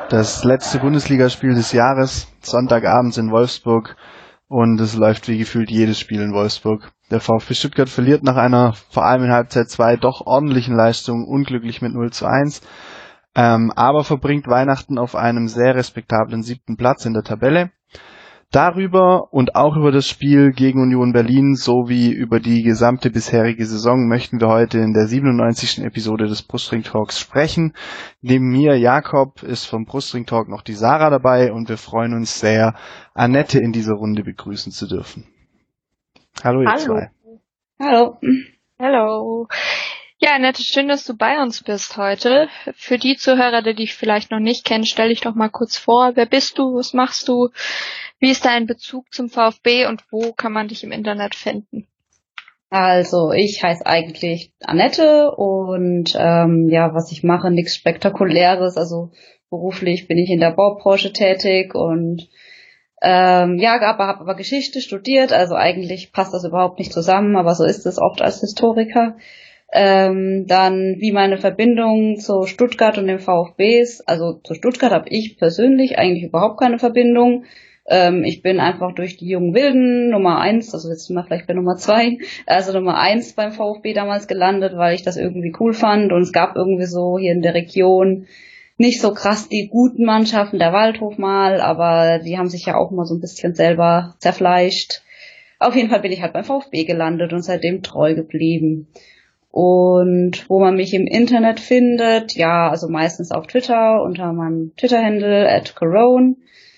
Das letzte Bundesligaspiel des Jahres, Sonntagabends in Wolfsburg, und es läuft wie gefühlt jedes Spiel in Wolfsburg. Der VfB Stuttgart verliert nach einer, vor allem in Halbzeit 2, doch ordentlichen Leistung, unglücklich mit 0:1, aber verbringt Weihnachten auf einem sehr respektablen 7. Platz in der Tabelle. Darüber und auch über das Spiel gegen Union Berlin sowie über die gesamte bisherige Saison möchten wir heute in der 97. Episode des Brustring Talks sprechen. Neben mir, Jakob, ist vom Brustring Talk noch die Sarah dabei und wir freuen uns sehr, Annette in dieser Runde begrüßen zu dürfen. Hallo ihr zwei. Hallo. Hallo. Ja, Annette, schön, dass du bei uns bist heute. Für die Zuhörer, die dich vielleicht noch nicht kennen, stell dich doch mal kurz vor. Wer bist du? Was machst du? Wie ist dein Bezug zum VfB und wo kann man dich im Internet finden? Also, ich heiße eigentlich Annette und was ich mache, nichts Spektakuläres. Also beruflich bin ich in der Baubranche tätig und habe aber Geschichte studiert. Also eigentlich passt das überhaupt nicht zusammen, aber so ist es oft als Historiker. Dann wie meine Verbindung zu Stuttgart und dem VfB ist. Also zu Stuttgart habe ich persönlich eigentlich überhaupt keine Verbindung. Ich bin einfach durch die jungen Wilden Nummer 1, also jetzt sind wir vielleicht bei Nummer 2, also Nummer 1 beim VfB damals gelandet, weil ich das irgendwie cool fand und es gab irgendwie so hier in der Region nicht so krass die guten Mannschaften, der Waldhof mal, aber die haben sich ja auch mal so ein bisschen selber zerfleischt. Auf jeden Fall bin ich halt beim VfB gelandet und seitdem treu geblieben. Und wo man mich im Internet findet, ja, also meistens auf Twitter unter meinem Twitter-Handle @corone.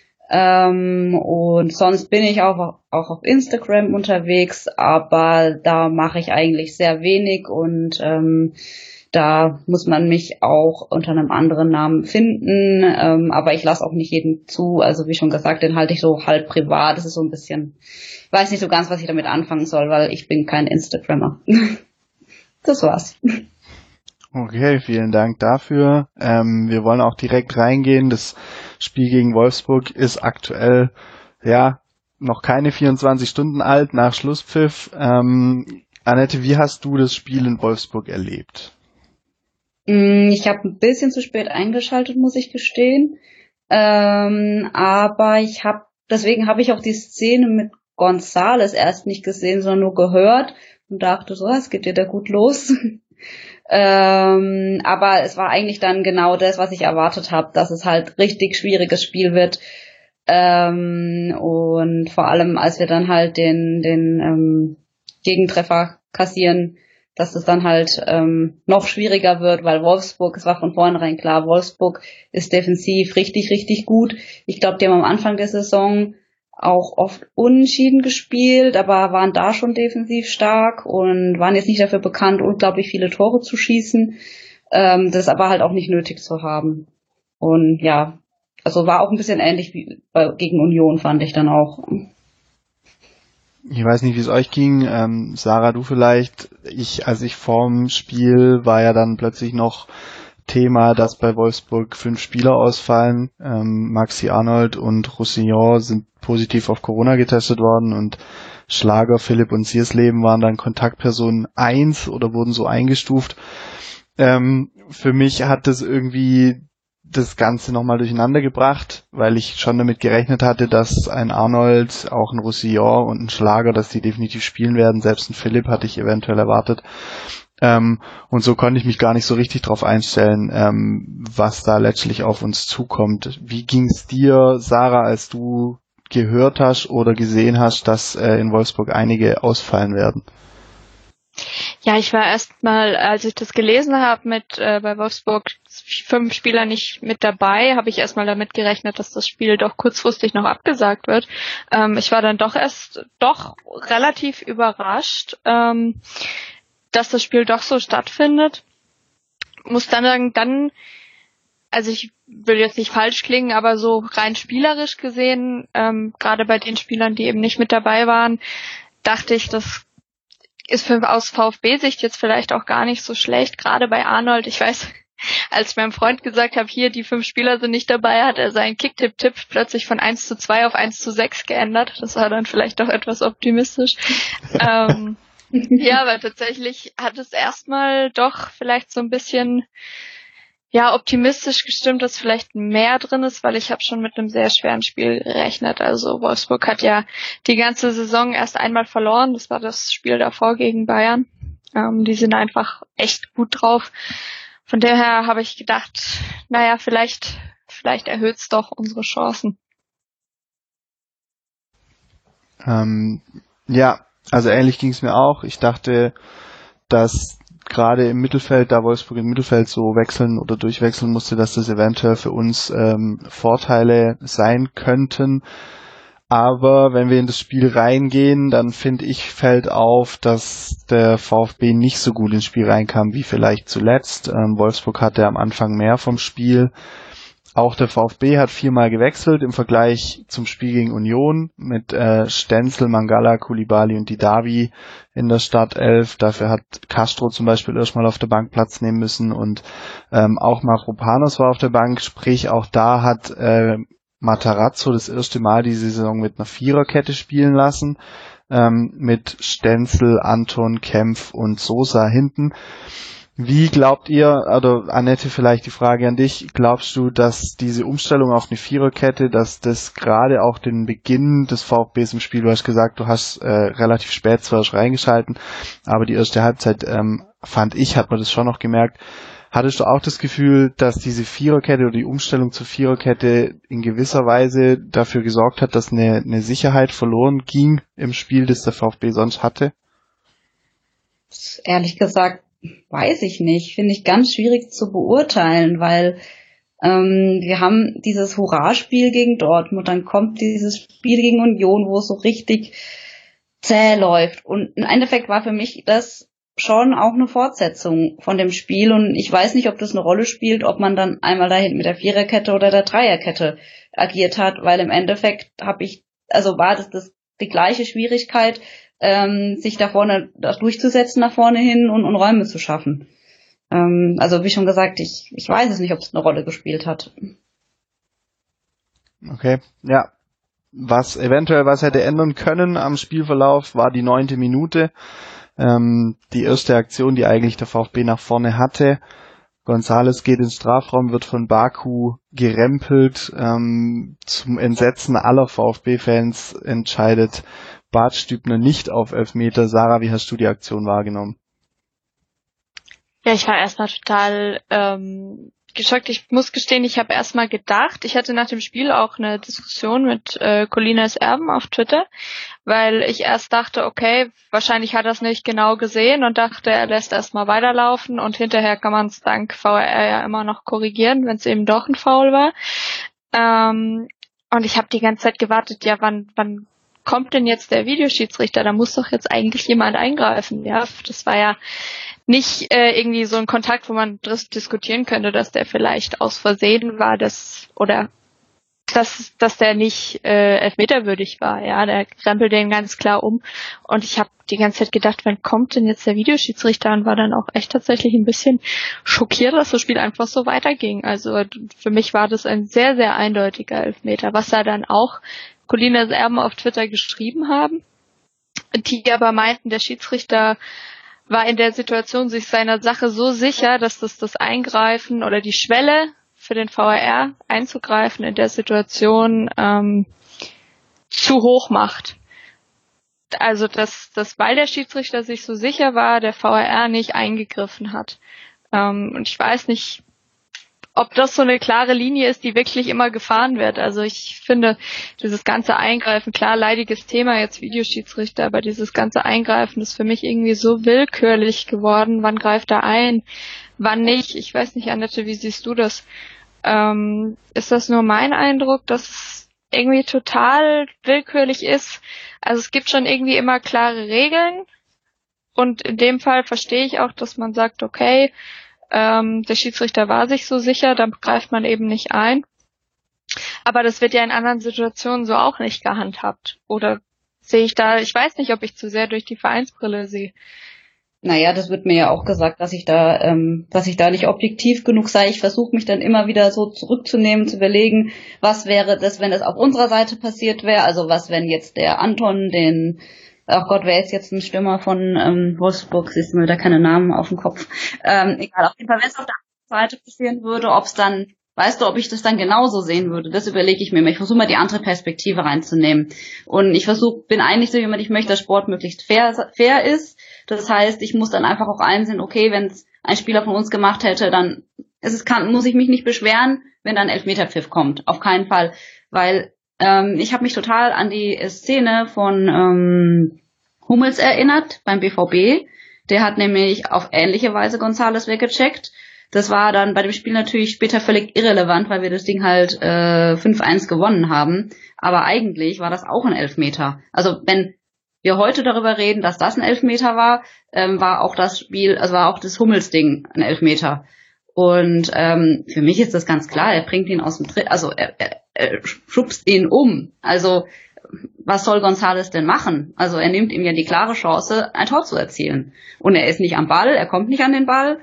Und sonst bin ich auch auf Instagram unterwegs, aber da mache ich eigentlich sehr wenig und da muss man mich auch unter einem anderen Namen finden, aber ich lasse auch nicht jeden zu, also wie schon gesagt, den halte ich so halb privat, das ist so ein bisschen, ich weiß nicht so ganz, was ich damit anfangen soll, weil ich bin kein Instagrammer. Das war's. Okay, vielen Dank dafür. Wir wollen auch direkt reingehen. Das Spiel gegen Wolfsburg ist aktuell noch keine 24 Stunden alt nach Schlusspfiff. Annette, wie hast du das Spiel in Wolfsburg erlebt? Ich habe ein bisschen zu spät eingeschaltet, muss ich gestehen. Aber deswegen habe ich auch die Szene mit González erst nicht gesehen, sondern nur gehört und dachte so, es geht ja da gut los. Aber es war eigentlich dann genau das, was ich erwartet habe, dass es halt richtig schwieriges Spiel wird. Und vor allem, als wir dann halt den Gegentreffer kassieren, dass es dann halt noch schwieriger wird, weil Wolfsburg, es war von vornherein klar, Wolfsburg ist defensiv richtig, richtig gut. Ich glaube, die haben am Anfang der Saison auch oft unentschieden gespielt, aber waren da schon defensiv stark und waren jetzt nicht dafür bekannt, unglaublich viele Tore zu schießen. Das aber halt auch nicht nötig zu haben. Und ja, also war auch ein bisschen ähnlich wie gegen Union, fand ich dann auch. Ich weiß nicht, wie es euch ging. Sarah, du vielleicht. Als ich vorm Spiel war ja dann plötzlich noch Thema, dass bei Wolfsburg 5 Spieler ausfallen. Maxi Arnold und Roussillon sind positiv auf Corona getestet worden und Schlager, Philipp und Siersleben waren dann Kontaktperson 1 oder wurden so eingestuft. Für mich hat das irgendwie das Ganze nochmal durcheinander gebracht, weil ich schon damit gerechnet hatte, dass ein Arnold, auch ein Roussillon und ein Schlager, dass die definitiv spielen werden. Selbst ein Philipp hatte ich eventuell erwartet. Und so konnte ich mich gar nicht so richtig drauf einstellen, was da letztlich auf uns zukommt. Wie ging's dir, Sarah, als du gehört hast oder gesehen hast, dass in Wolfsburg einige ausfallen werden? Ja, ich war erstmal, als ich das gelesen habe mit bei Wolfsburg 5 Spieler nicht mit dabei, habe ich erstmal damit gerechnet, dass das Spiel doch kurzfristig noch abgesagt wird. Ich war dann doch relativ überrascht, dass das Spiel doch so stattfindet. Muss dann sagen, also ich will jetzt nicht falsch klingen, aber so rein spielerisch gesehen, gerade bei den Spielern, die eben nicht mit dabei waren, dachte ich, das ist aus VfB-Sicht jetzt vielleicht auch gar nicht so schlecht. Gerade bei Arnold, ich weiß, als ich meinem Freund gesagt habe, hier, die 5 Spieler sind nicht dabei, hat er seinen Kicktipp-Tipp plötzlich von 1:2 auf 1:6 geändert. Das war dann vielleicht doch etwas optimistisch. Ja, aber tatsächlich hat es erstmal doch vielleicht so ein bisschen ja, optimistisch gestimmt, dass vielleicht mehr drin ist, weil ich habe schon mit einem sehr schweren Spiel gerechnet. Also Wolfsburg hat ja die ganze Saison erst einmal verloren. Das war das Spiel davor gegen Bayern. Die sind einfach echt gut drauf. Von daher habe ich gedacht, naja, vielleicht erhöht's doch unsere Chancen. Ja, also ähnlich ging es mir auch. Ich dachte, dass gerade im Mittelfeld, da Wolfsburg im Mittelfeld so wechseln oder durchwechseln musste, dass das eventuell für uns Vorteile sein könnten. Aber wenn wir in das Spiel reingehen, dann finde ich, fällt auf, dass der VfB nicht so gut ins Spiel reinkam wie vielleicht zuletzt. Wolfsburg hatte am Anfang mehr vom Spiel. Auch der VfB hat 4-mal gewechselt im Vergleich zum Spiel gegen Union mit Stenzel, Mangala, Koulibaly und Didavi in der Startelf. Dafür hat Castro zum Beispiel erstmal auf der Bank Platz nehmen müssen und auch Mavropanos war auf der Bank. Sprich, auch da hat Matarazzo das erste Mal diese Saison mit einer Viererkette spielen lassen, mit Stenzel, Anton, Kempf und Sosa hinten. Wie glaubt ihr, oder Annette, vielleicht die Frage an dich, glaubst du, dass diese Umstellung auf eine Viererkette, dass das gerade auch den Beginn des VfBs im Spiel, du hast gesagt, du hast relativ spät zwar erst reingeschalten, aber die erste Halbzeit, fand ich, hat man das schon noch gemerkt. Hattest du auch das Gefühl, dass diese Viererkette oder die Umstellung zur Viererkette in gewisser Weise dafür gesorgt hat, dass eine Sicherheit verloren ging im Spiel, das der VfB sonst hatte? Ehrlich gesagt, weiß ich nicht. Finde ich ganz schwierig zu beurteilen, weil wir haben dieses Hurraspiel gegen Dortmund, dann kommt dieses Spiel gegen Union, wo es so richtig zäh läuft. Und im Endeffekt war für mich das schon auch eine Fortsetzung von dem Spiel. Und ich weiß nicht, ob das eine Rolle spielt, ob man dann einmal da hinten mit der Viererkette oder der Dreierkette agiert hat, weil im Endeffekt war das die gleiche Schwierigkeit, sich da vorne durchzusetzen, nach vorne hin und Räume zu schaffen. Also wie schon gesagt, ich weiß es nicht, ob es eine Rolle gespielt hat. Okay, ja. Was hätte ändern können am Spielverlauf, war die 9. Minute. Die erste Aktion, die eigentlich der VfB nach vorne hatte. González geht ins Strafraum, wird von Baku gerempelt. Zum Entsetzen aller VfB-Fans entscheidet Bart Stübner nicht auf Elfmeter. Sarah, wie hast du die Aktion wahrgenommen? Ja, ich war erstmal total geschockt. Ich muss gestehen, ich habe erstmal gedacht, ich hatte nach dem Spiel auch eine Diskussion mit Colinas Erben auf Twitter, weil ich erst dachte, okay, wahrscheinlich hat er es nicht genau gesehen und dachte, er lässt erstmal weiterlaufen und hinterher kann man es dank VAR ja immer noch korrigieren, wenn es eben doch ein Foul war. Und ich habe die ganze Zeit gewartet, ja, wann kommt denn jetzt der Videoschiedsrichter? Da muss doch jetzt eigentlich jemand eingreifen. Ja, das war ja nicht irgendwie so ein Kontakt, wo man diskutieren könnte, dass der vielleicht aus Versehen war, dass der nicht elfmeterwürdig war. Ja, der krempelt den ganz klar um. Und ich habe die ganze Zeit gedacht, wann kommt denn jetzt der Videoschiedsrichter? Und war dann auch echt tatsächlich ein bisschen schockiert, dass das Spiel einfach so weiterging. Also für mich war das ein sehr, sehr eindeutiger Elfmeter. Was da dann auch Colinas Erben auf Twitter geschrieben haben, die aber meinten, der Schiedsrichter war in der Situation sich seiner Sache so sicher, dass das Eingreifen oder die Schwelle für den VAR einzugreifen in der Situation zu hoch macht. Also dass weil der Schiedsrichter sich so sicher war, der VAR nicht eingegriffen hat. Und ich weiß nicht, ob das so eine klare Linie ist, die wirklich immer gefahren wird. Also ich finde, dieses ganze Eingreifen, klar, leidiges Thema jetzt Videoschiedsrichter, aber dieses ganze Eingreifen ist für mich irgendwie so willkürlich geworden. Wann greift er ein, wann nicht? Ich weiß nicht, Annette, wie siehst du das? Ist das nur mein Eindruck, dass es irgendwie total willkürlich ist? Also es gibt schon irgendwie immer klare Regeln und in dem Fall verstehe ich auch, dass man sagt, okay, der Schiedsrichter war sich so sicher, dann greift man eben nicht ein. Aber das wird ja in anderen Situationen so auch nicht gehandhabt. Oder sehe ich da, ich weiß nicht, ob ich zu sehr durch die Vereinsbrille sehe. Naja, das wird mir ja auch gesagt, dass ich da nicht objektiv genug sei. Ich versuche mich dann immer wieder so zurückzunehmen, zu überlegen, was wäre das, wenn es auf unserer Seite passiert wäre. Also was, wenn jetzt der Anton ach Gott, wer ist jetzt ein Stürmer von Wolfsburg? Siehst du mir wieder keine Namen auf dem Kopf. Egal, auf jeden Fall, wenn es auf der zweite passieren würde, ob es dann, weißt du, ob ich das dann genauso sehen würde, das überlege ich mir. Ich versuche mal die andere Perspektive reinzunehmen. Und bin eigentlich so jemand, ich möchte, dass Sport möglichst fair ist. Das heißt, ich muss dann einfach auch einsehen, okay, wenn es ein Spieler von uns gemacht hätte, dann muss ich mich nicht beschweren, wenn dann Elfmeterpfiff kommt. Auf keinen Fall. Weil ich habe mich total an die Szene von Hummels erinnert beim BVB. Der hat nämlich auf ähnliche Weise González weggecheckt. Das war dann bei dem Spiel natürlich später völlig irrelevant, weil wir das Ding halt 5-1 gewonnen haben. Aber eigentlich war das auch ein Elfmeter. Also wenn wir heute darüber reden, dass das ein Elfmeter war, war auch das Spiel, also war auch das Hummels-Ding ein Elfmeter. Und für mich ist das ganz klar, er bringt ihn aus dem Tritt, also er schubst ihn um. Also was soll González denn machen? Also er nimmt ihm ja die klare Chance, ein Tor zu erzielen. Und er ist nicht am Ball, er kommt nicht an den Ball.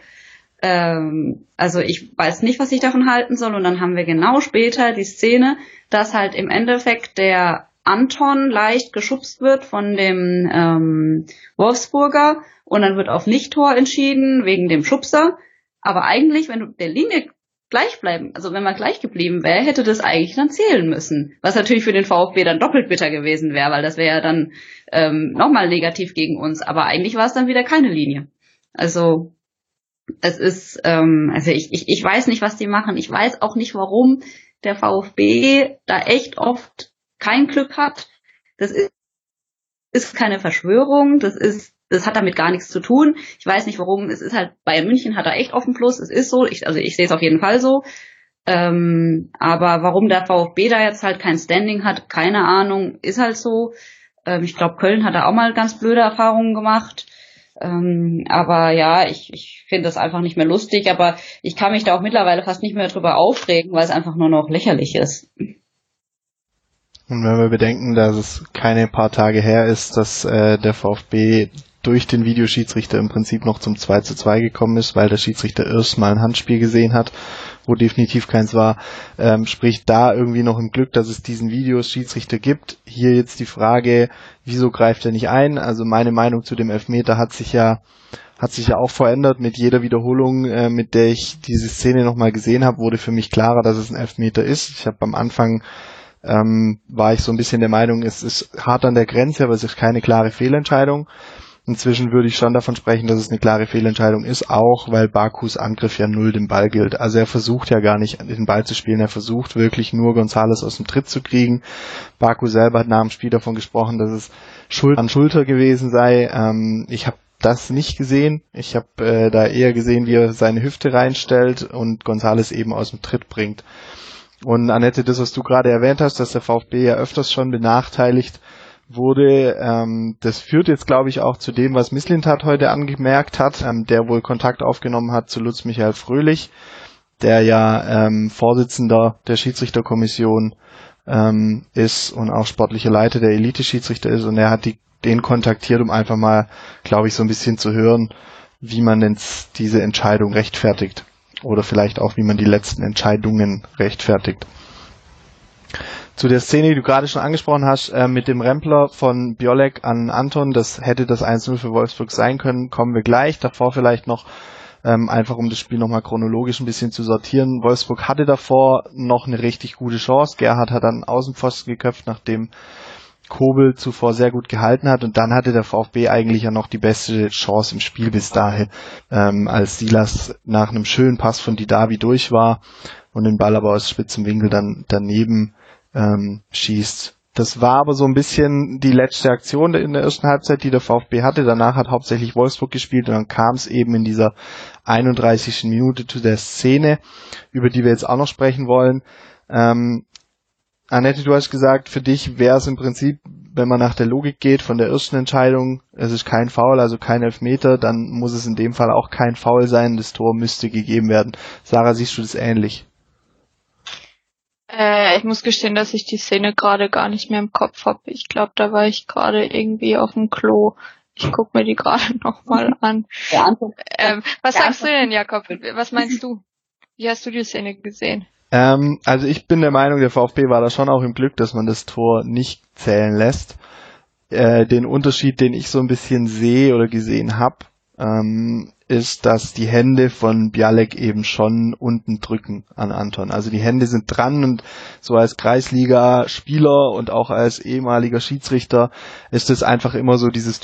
Also ich weiß nicht, was ich davon halten soll. Und dann haben wir genau später die Szene, dass halt im Endeffekt der Anton leicht geschubst wird von dem Wolfsburger und dann wird auf Nicht-Tor entschieden wegen dem Schubser. Aber eigentlich, wenn du der Linie wenn man gleich geblieben wäre, hätte das eigentlich dann zählen müssen. Was natürlich für den VfB dann doppelt bitter gewesen wäre, weil das wäre ja dann nochmal negativ gegen uns. Aber eigentlich war es dann wieder keine Linie. Also es ist, ich weiß nicht, was die machen. Ich weiß auch nicht, warum der VfB da echt oft kein Glück hat. Das ist keine Verschwörung. Das hat damit gar nichts zu tun. Ich weiß nicht, warum. Es ist halt, Bayern München hat da echt auf dem Plus. Es ist so. Ich sehe es auf jeden Fall so. Aber warum der VfB da jetzt halt kein Standing hat, keine Ahnung. Ist halt so. Ich glaube, Köln hat da auch mal ganz blöde Erfahrungen gemacht. Aber ja, ich finde das einfach nicht mehr lustig. Aber ich kann mich da auch mittlerweile fast nicht mehr drüber aufregen, weil es einfach nur noch lächerlich ist. Und wenn wir bedenken, dass es keine paar Tage her ist, dass der VfB durch den Videoschiedsrichter im Prinzip noch zum 2:2 gekommen ist, weil der Schiedsrichter erst mal ein Handspiel gesehen hat, wo definitiv keins war, spricht da irgendwie noch im Glück, dass es diesen Videoschiedsrichter gibt. Hier jetzt die Frage, wieso greift er nicht ein? Also meine Meinung zu dem Elfmeter hat sich ja auch verändert. Mit jeder Wiederholung, mit der ich diese Szene nochmal gesehen habe, wurde für mich klarer, dass es ein Elfmeter ist. Ich habe am Anfang war ich so ein bisschen der Meinung, es ist hart an der Grenze, aber es ist keine klare Fehlentscheidung. Inzwischen würde ich schon davon sprechen, dass es eine klare Fehlentscheidung ist, auch weil Bakus Angriff ja null dem Ball gilt. Also er versucht ja gar nicht, den Ball zu spielen, er versucht wirklich nur González aus dem Tritt zu kriegen. Baku selber hat nach dem Spiel davon gesprochen, dass es Schulter an Schulter gewesen sei. Ich habe das nicht gesehen. Ich habe da eher gesehen, wie er seine Hüfte reinstellt und González eben aus dem Tritt bringt. Und Annette, das, was du gerade erwähnt hast, dass der VfB ja öfters schon benachteiligt wurde, das führt jetzt, glaube ich, auch zu dem, was Mislintat heute angemerkt hat, der wohl Kontakt aufgenommen hat zu Lutz Michael Fröhlich, der ja Vorsitzender der Schiedsrichterkommission ist und auch sportlicher Leiter der Elite-Schiedsrichter ist, und er hat den kontaktiert, um einfach mal, glaube ich, so ein bisschen zu hören, wie man denn diese Entscheidung rechtfertigt. Oder vielleicht auch, wie man die letzten Entscheidungen rechtfertigt. Zu der Szene, die du gerade schon angesprochen hast, mit dem Rempler von Biolek an Anton, das hätte das 1:0 für Wolfsburg sein können, kommen wir gleich. Davor vielleicht noch, einfach um das Spiel nochmal chronologisch ein bisschen zu sortieren. Wolfsburg hatte davor noch eine richtig gute Chance. Gerhard hat dann Außenpfosten geköpft, nachdem Kobel zuvor sehr gut gehalten hat, und dann hatte der VfB eigentlich ja noch die beste Chance im Spiel bis dahin, als Silas nach einem schönen Pass von Didavi durch war und den Ball aber aus spitzem Winkel dann daneben schießt. Das war aber so ein bisschen die letzte Aktion in der ersten Halbzeit, die der VfB hatte. Danach hat hauptsächlich Wolfsburg gespielt und dann kam es eben in dieser 31. Minute zu der Szene, über die wir jetzt auch noch sprechen wollen. Annette, du hast gesagt, für dich wäre es im Prinzip, wenn man nach der Logik geht, von der ersten Entscheidung, es ist kein Foul, also kein Elfmeter, dann muss es in dem Fall auch kein Foul sein, das Tor müsste gegeben werden. Sarah, siehst du das ähnlich? Ich muss gestehen, dass ich die Szene gerade gar nicht mehr im Kopf habe. Ich glaube, da war ich gerade irgendwie auf dem Klo. Ich gucke mir die gerade nochmal an. Was sagst du denn, Jakob? Was meinst du? Wie hast du die Szene gesehen? Also ich bin der Meinung, der VfB war da schon auch im Glück, dass man das Tor nicht zählen lässt. Den Unterschied, den ich so ein bisschen sehe oder gesehen habe, ist, dass die Hände von Bialek eben schon unten drücken an Anton. Also die Hände sind dran und so als Kreisliga-Spieler und auch als ehemaliger Schiedsrichter ist es einfach immer so dieses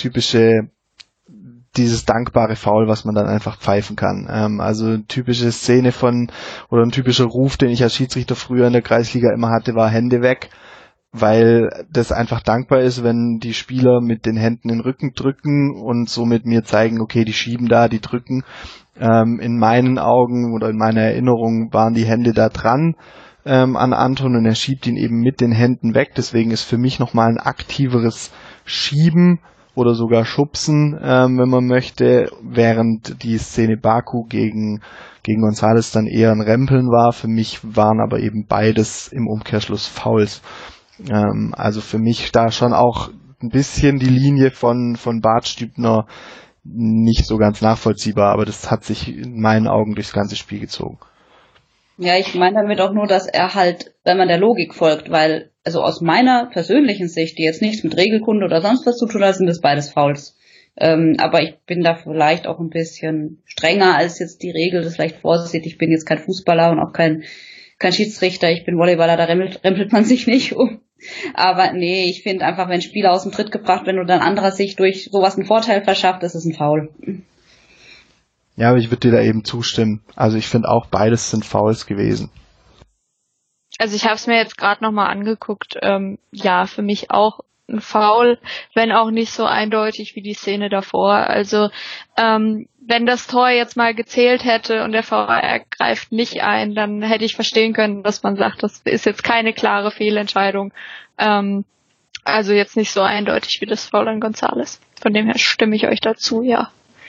dankbare Foul, was man dann einfach pfeifen kann. Also eine typische Szene oder ein typischer Ruf, den ich als Schiedsrichter früher in der Kreisliga immer hatte, war Hände weg, weil das einfach dankbar ist, wenn die Spieler mit den Händen in den Rücken drücken und somit mir zeigen, okay, die schieben da, die drücken. In meinen Augen oder in meiner Erinnerung waren die Hände da dran an Anton und er schiebt ihn eben mit den Händen weg. Deswegen ist für mich nochmal ein aktiveres Schieben oder sogar Schubsen, wenn man möchte, während die Szene Baku gegen González dann eher ein Rempeln war. Für mich waren aber eben beides im Umkehrschluss Fouls. Also für mich da schon auch ein bisschen die Linie von Bart Stübner nicht so ganz nachvollziehbar, aber das hat sich in meinen Augen durchs ganze Spiel gezogen. Ja, ich meine damit auch nur, dass er halt, wenn man der Logik folgt, weil, also aus meiner persönlichen Sicht, die jetzt nichts mit Regelkunde oder sonst was zu tun hat, sind das beides Fouls. Aber ich bin da vielleicht auch ein bisschen strenger als jetzt die Regel, das vielleicht vorsieht. Ich bin jetzt kein Fußballer und auch kein Schiedsrichter, ich bin Volleyballer, da rempelt man sich nicht um. Aber nee, ich finde einfach, wenn Spieler aus dem Tritt gebracht werden und dann anderer sich durch sowas einen Vorteil verschafft, das ist ein Foul. Ja, aber ich würde dir da eben zustimmen. Also ich finde auch, beides sind Fouls gewesen. Also ich habe es mir jetzt gerade nochmal angeguckt. Ja, für mich auch ein Foul, wenn auch nicht so eindeutig wie die Szene davor. Also wenn das Tor jetzt mal gezählt hätte und der VAR greift nicht ein, dann hätte ich verstehen können, dass man sagt, das ist jetzt keine klare Fehlentscheidung. Also jetzt nicht so eindeutig wie das Foul an González. Von dem her stimme ich euch dazu, ja.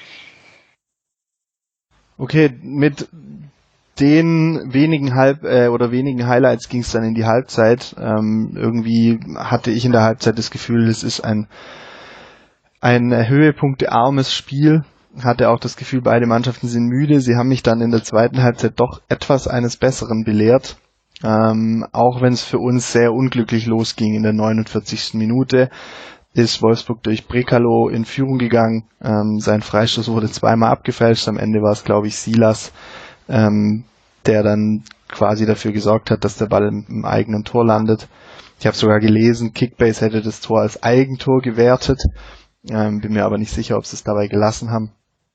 Okay, mit den wenigen Highlights ging es dann in die Halbzeit. Irgendwie hatte ich in der Halbzeit das Gefühl, es ist ein höhepunktearmes Spiel. Hatte auch das Gefühl, beide Mannschaften sind müde. Sie haben mich dann in der zweiten Halbzeit doch etwas eines Besseren belehrt. Auch wenn es für uns sehr unglücklich losging in der 49. Minute, ist Wolfsburg durch Brekalo in Führung gegangen. Sein Freistoß wurde zweimal abgefälscht. Am Ende war es, glaube ich, Silas, der dann quasi dafür gesorgt hat, dass der Ball im eigenen Tor landet. Ich habe sogar gelesen, Kickbase hätte das Tor als Eigentor gewertet. Bin mir aber nicht sicher, ob sie es dabei gelassen haben.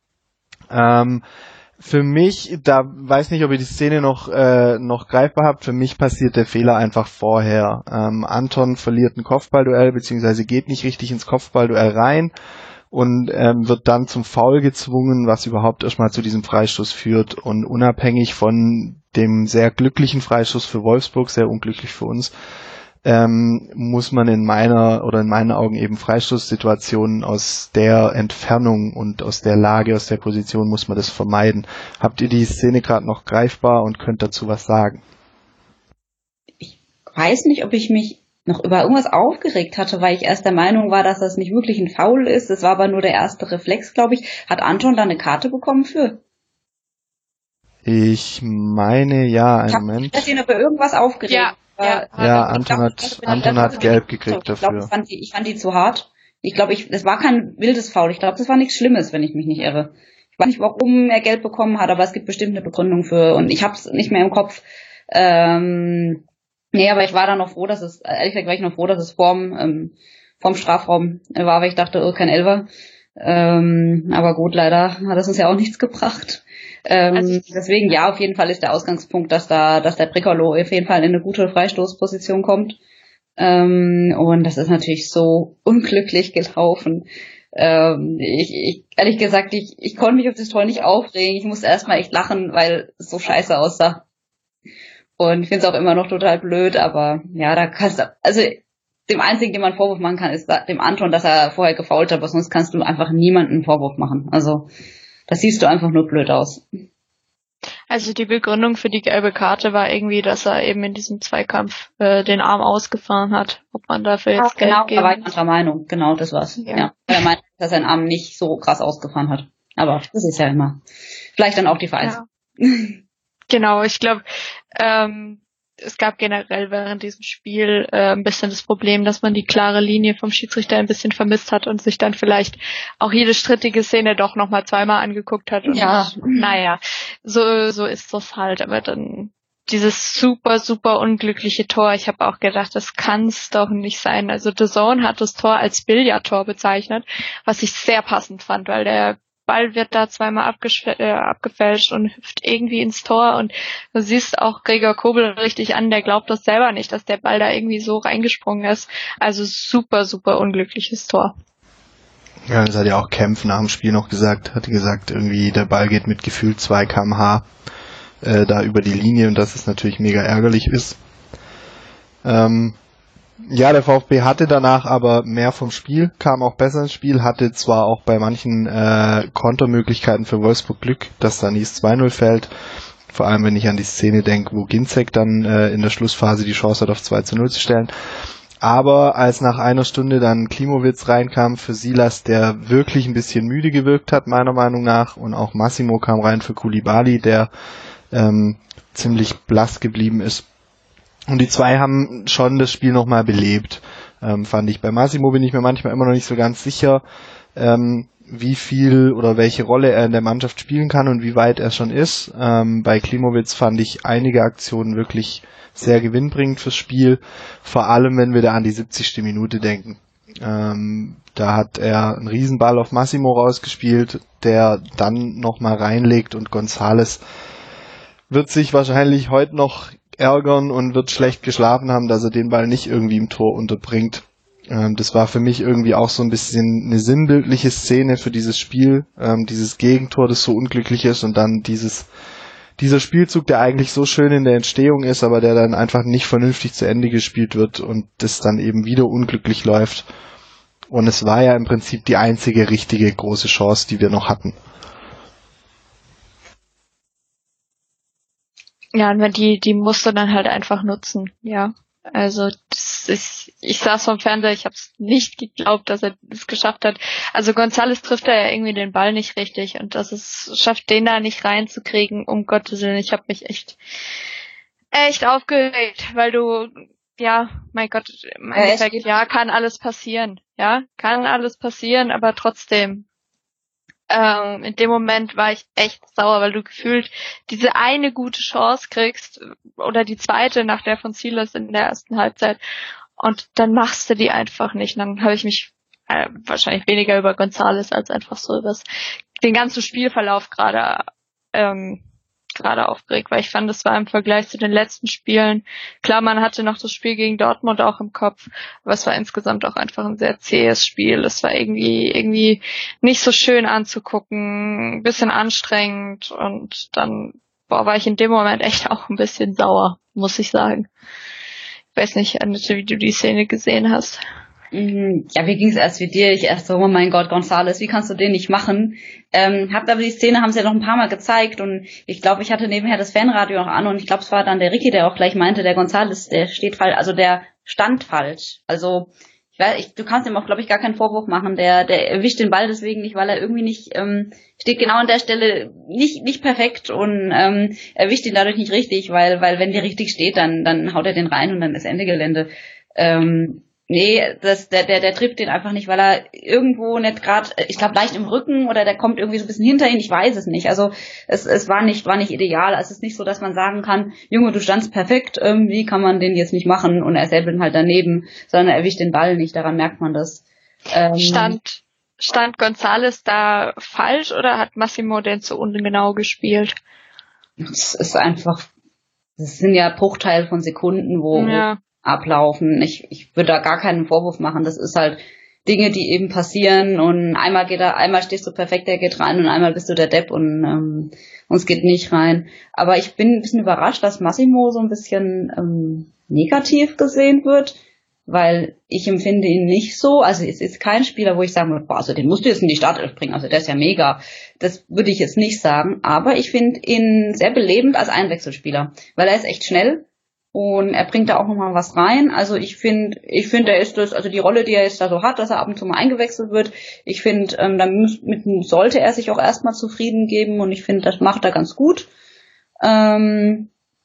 Für mich, da weiß nicht, ob ihr die Szene noch greifbar habt, für mich passiert der Fehler einfach vorher. Anton verliert ein Kopfballduell, beziehungsweise geht nicht richtig ins Kopfballduell rein und wird dann zum Foul gezwungen, was überhaupt erstmal zu diesem Freistoß führt. Und unabhängig von dem sehr glücklichen Freistoß für Wolfsburg, sehr unglücklich für uns, muss man in meinen Augen eben Freistoßsituationen aus der Entfernung und aus der Lage, aus der Position muss man das vermeiden. Habt ihr die Szene gerade noch greifbar und könnt dazu was sagen? Ich weiß nicht, ob ich mich noch über irgendwas aufgeregt hatte, weil ich erst der Meinung war, dass das nicht wirklich ein Foul ist. Das war aber nur der erste Reflex, glaube ich. Hat Anton da eine Karte bekommen für? Ich meine, ja, einen Moment. Ich habe ihn über irgendwas aufgeregt. Ja, Anton hat gelb gekriegt dafür. Ich fand die zu hart. Ich glaube, das war kein wildes Foul. Ich glaube, das war nichts Schlimmes, wenn ich mich nicht irre. Ich weiß nicht, warum er gelb bekommen hat, aber es gibt bestimmt eine Begründung für und ich habe es nicht mehr im Kopf. Nee, aber ich war dann noch froh, dass es vorm Strafraum war, weil ich dachte, kein Elfer. Aber gut, leider hat es uns ja auch nichts gebracht. Deswegen ja, auf jeden Fall ist der Ausgangspunkt, dass der Brekalo auf jeden Fall in eine gute Freistoßposition kommt. Und das ist natürlich so unglücklich gelaufen. Ich ehrlich gesagt, ich konnte mich auf das Tor nicht aufregen. Ich musste erstmal echt lachen, weil es so scheiße aussah. Und ich finde es auch immer noch total blöd, aber ja, da kannst du, also dem einzigen, dem man einen Vorwurf machen kann, ist dem Anton, dass er vorher gefoult hat, aber sonst kannst du einfach niemanden einen Vorwurf machen. Also das siehst du einfach nur blöd aus. Also die Begründung für die gelbe Karte war irgendwie, dass er eben in diesem Zweikampf den Arm ausgefahren hat. Ob man dafür jetzt Geld genau, geben. Da war ich anderer Meinung. Genau, das war's. Ja. Er meinte, dass er seinen Arm nicht so krass ausgefahren hat. Aber das ist ja immer vielleicht dann auch die Vereins. Ja. Genau, ich glaube, es gab generell während diesem Spiel ein bisschen das Problem, dass man die klare Linie vom Schiedsrichter ein bisschen vermisst hat und sich dann vielleicht auch jede strittige Szene doch nochmal zweimal angeguckt hat. Und naja, so ist das halt. Aber dann dieses super, super unglückliche Tor. Ich habe auch gedacht, das kann's doch nicht sein. Also The Zone hat das Tor als Billardtor bezeichnet, was ich sehr passend fand, weil der Ball wird da zweimal abgefälscht und hüpft irgendwie ins Tor und du siehst auch Gregor Kobel richtig an, der glaubt das selber nicht, dass der Ball da irgendwie so reingesprungen ist. Also super, super unglückliches Tor. Ja, das hat ja auch Kempf nach dem Spiel noch gesagt, hat gesagt, irgendwie der Ball geht mit gefühlt 2 km/h da über die Linie und dass es natürlich mega ärgerlich ist. Ja, der VfB hatte danach aber mehr vom Spiel, kam auch besser ins Spiel, hatte zwar auch bei manchen Kontermöglichkeiten für Wolfsburg Glück, dass da Nies 2-0 fällt, vor allem wenn ich an die Szene denke, wo Ginczek dann in der Schlussphase die Chance hat, auf 2-0 zu stellen. Aber als nach einer Stunde dann Klimowitz reinkam für Silas, der wirklich ein bisschen müde gewirkt hat, meiner Meinung nach, und auch Massimo kam rein für Koulibaly, der ziemlich blass geblieben ist. Und die zwei haben schon das Spiel nochmal belebt, fand ich. Bei Massimo bin ich mir manchmal immer noch nicht so ganz sicher, wie viel oder welche Rolle er in der Mannschaft spielen kann und wie weit er schon ist. Bei Klimowitz fand ich einige Aktionen wirklich sehr gewinnbringend fürs Spiel, vor allem wenn wir da an die 70. Minute denken. Da hat er einen Riesenball auf Massimo rausgespielt, der dann nochmal reinlegt und González wird sich wahrscheinlich heute noch ärgern und wird schlecht geschlafen haben, dass er den Ball nicht irgendwie im Tor unterbringt. Das war für mich irgendwie auch so ein bisschen eine sinnbildliche Szene für dieses Spiel, dieses Gegentor, das so unglücklich ist und dann dieser Spielzug, der eigentlich so schön in der Entstehung ist, aber der dann einfach nicht vernünftig zu Ende gespielt wird und das dann eben wieder unglücklich läuft. Und es war ja im Prinzip die einzige richtige große Chance, die wir noch hatten. Ja, und wenn die musst du dann halt einfach nutzen, ja. Also ich saß vom Fernseher, ich habe es nicht geglaubt, dass er es geschafft hat. Also González trifft da ja irgendwie den Ball nicht richtig und dass es schafft, den da nicht reinzukriegen, um Gottes Willen. Ich habe mich echt aufgeregt, weil du, ja, mein Gott, im Endeffekt, ja, kann alles passieren, aber trotzdem. In dem Moment war ich echt sauer, weil du gefühlt diese eine gute Chance kriegst oder die zweite nach der von Silas in der ersten Halbzeit und dann machst du die einfach nicht. Und dann habe ich mich wahrscheinlich weniger über González als einfach so über den ganzen Spielverlauf gerade aufgeregt, weil ich fand, es war im Vergleich zu den letzten Spielen, klar, man hatte noch das Spiel gegen Dortmund auch im Kopf, aber es war insgesamt auch einfach ein sehr zähes Spiel. Es war irgendwie nicht so schön anzugucken, ein bisschen anstrengend und dann war ich in dem Moment echt auch ein bisschen sauer, muss ich sagen. Ich weiß nicht, Annette, wie du die Szene gesehen hast. Ja, wie ging's erst wie dir? Ich erst so, oh mein Gott, González, wie kannst du den nicht machen? Habt aber die Szene, haben sie ja noch ein paar Mal gezeigt und ich glaube, ich hatte nebenher das Fanradio noch an und ich glaube, es war dann der Ricky, der auch gleich meinte, der González, der steht falsch, also der stand falsch. Also, du kannst ihm auch, glaube ich, gar keinen Vorwurf machen, der erwischt den Ball deswegen nicht, weil er irgendwie nicht, steht genau an der Stelle nicht perfekt und erwischt ihn dadurch nicht richtig, weil wenn der richtig steht, dann haut er den rein und dann ist Ende Gelände. Nee, der trifft den einfach nicht, weil er irgendwo nicht gerade, ich glaube leicht im Rücken oder der kommt irgendwie so ein bisschen hinter ihn, ich weiß es nicht. Also es war nicht ideal. Also es ist nicht so, dass man sagen kann, Junge, du standst perfekt, wie kann man den jetzt nicht machen und er selber halt daneben, sondern er erwischt den Ball nicht, daran merkt man das. Stand González da falsch oder hat Massimo den zu ungenau gespielt? Es ist einfach, das sind ja Bruchteile von Sekunden, wo ablaufen. Ich würde da gar keinen Vorwurf machen. Das ist halt Dinge, die eben passieren und einmal stehst du perfekt, der geht rein und einmal bist du der Depp und es geht nicht rein. Aber ich bin ein bisschen überrascht, dass Massimo so ein bisschen negativ gesehen wird, weil ich empfinde ihn nicht so. Also es ist kein Spieler, wo ich sagen würde, boah, also den musst du jetzt in die Startelf bringen, also der ist ja mega. Das würde ich jetzt nicht sagen, aber ich finde ihn sehr belebend als Einwechselspieler, weil er ist echt schnell. Und er bringt da auch nochmal was rein. Also ich finde, er ist das, also die Rolle, die er jetzt da so hat, dass er ab und zu mal eingewechselt wird. Ich finde, damit sollte er sich auch erstmal zufrieden geben und ich finde, das macht er ganz gut. Ja,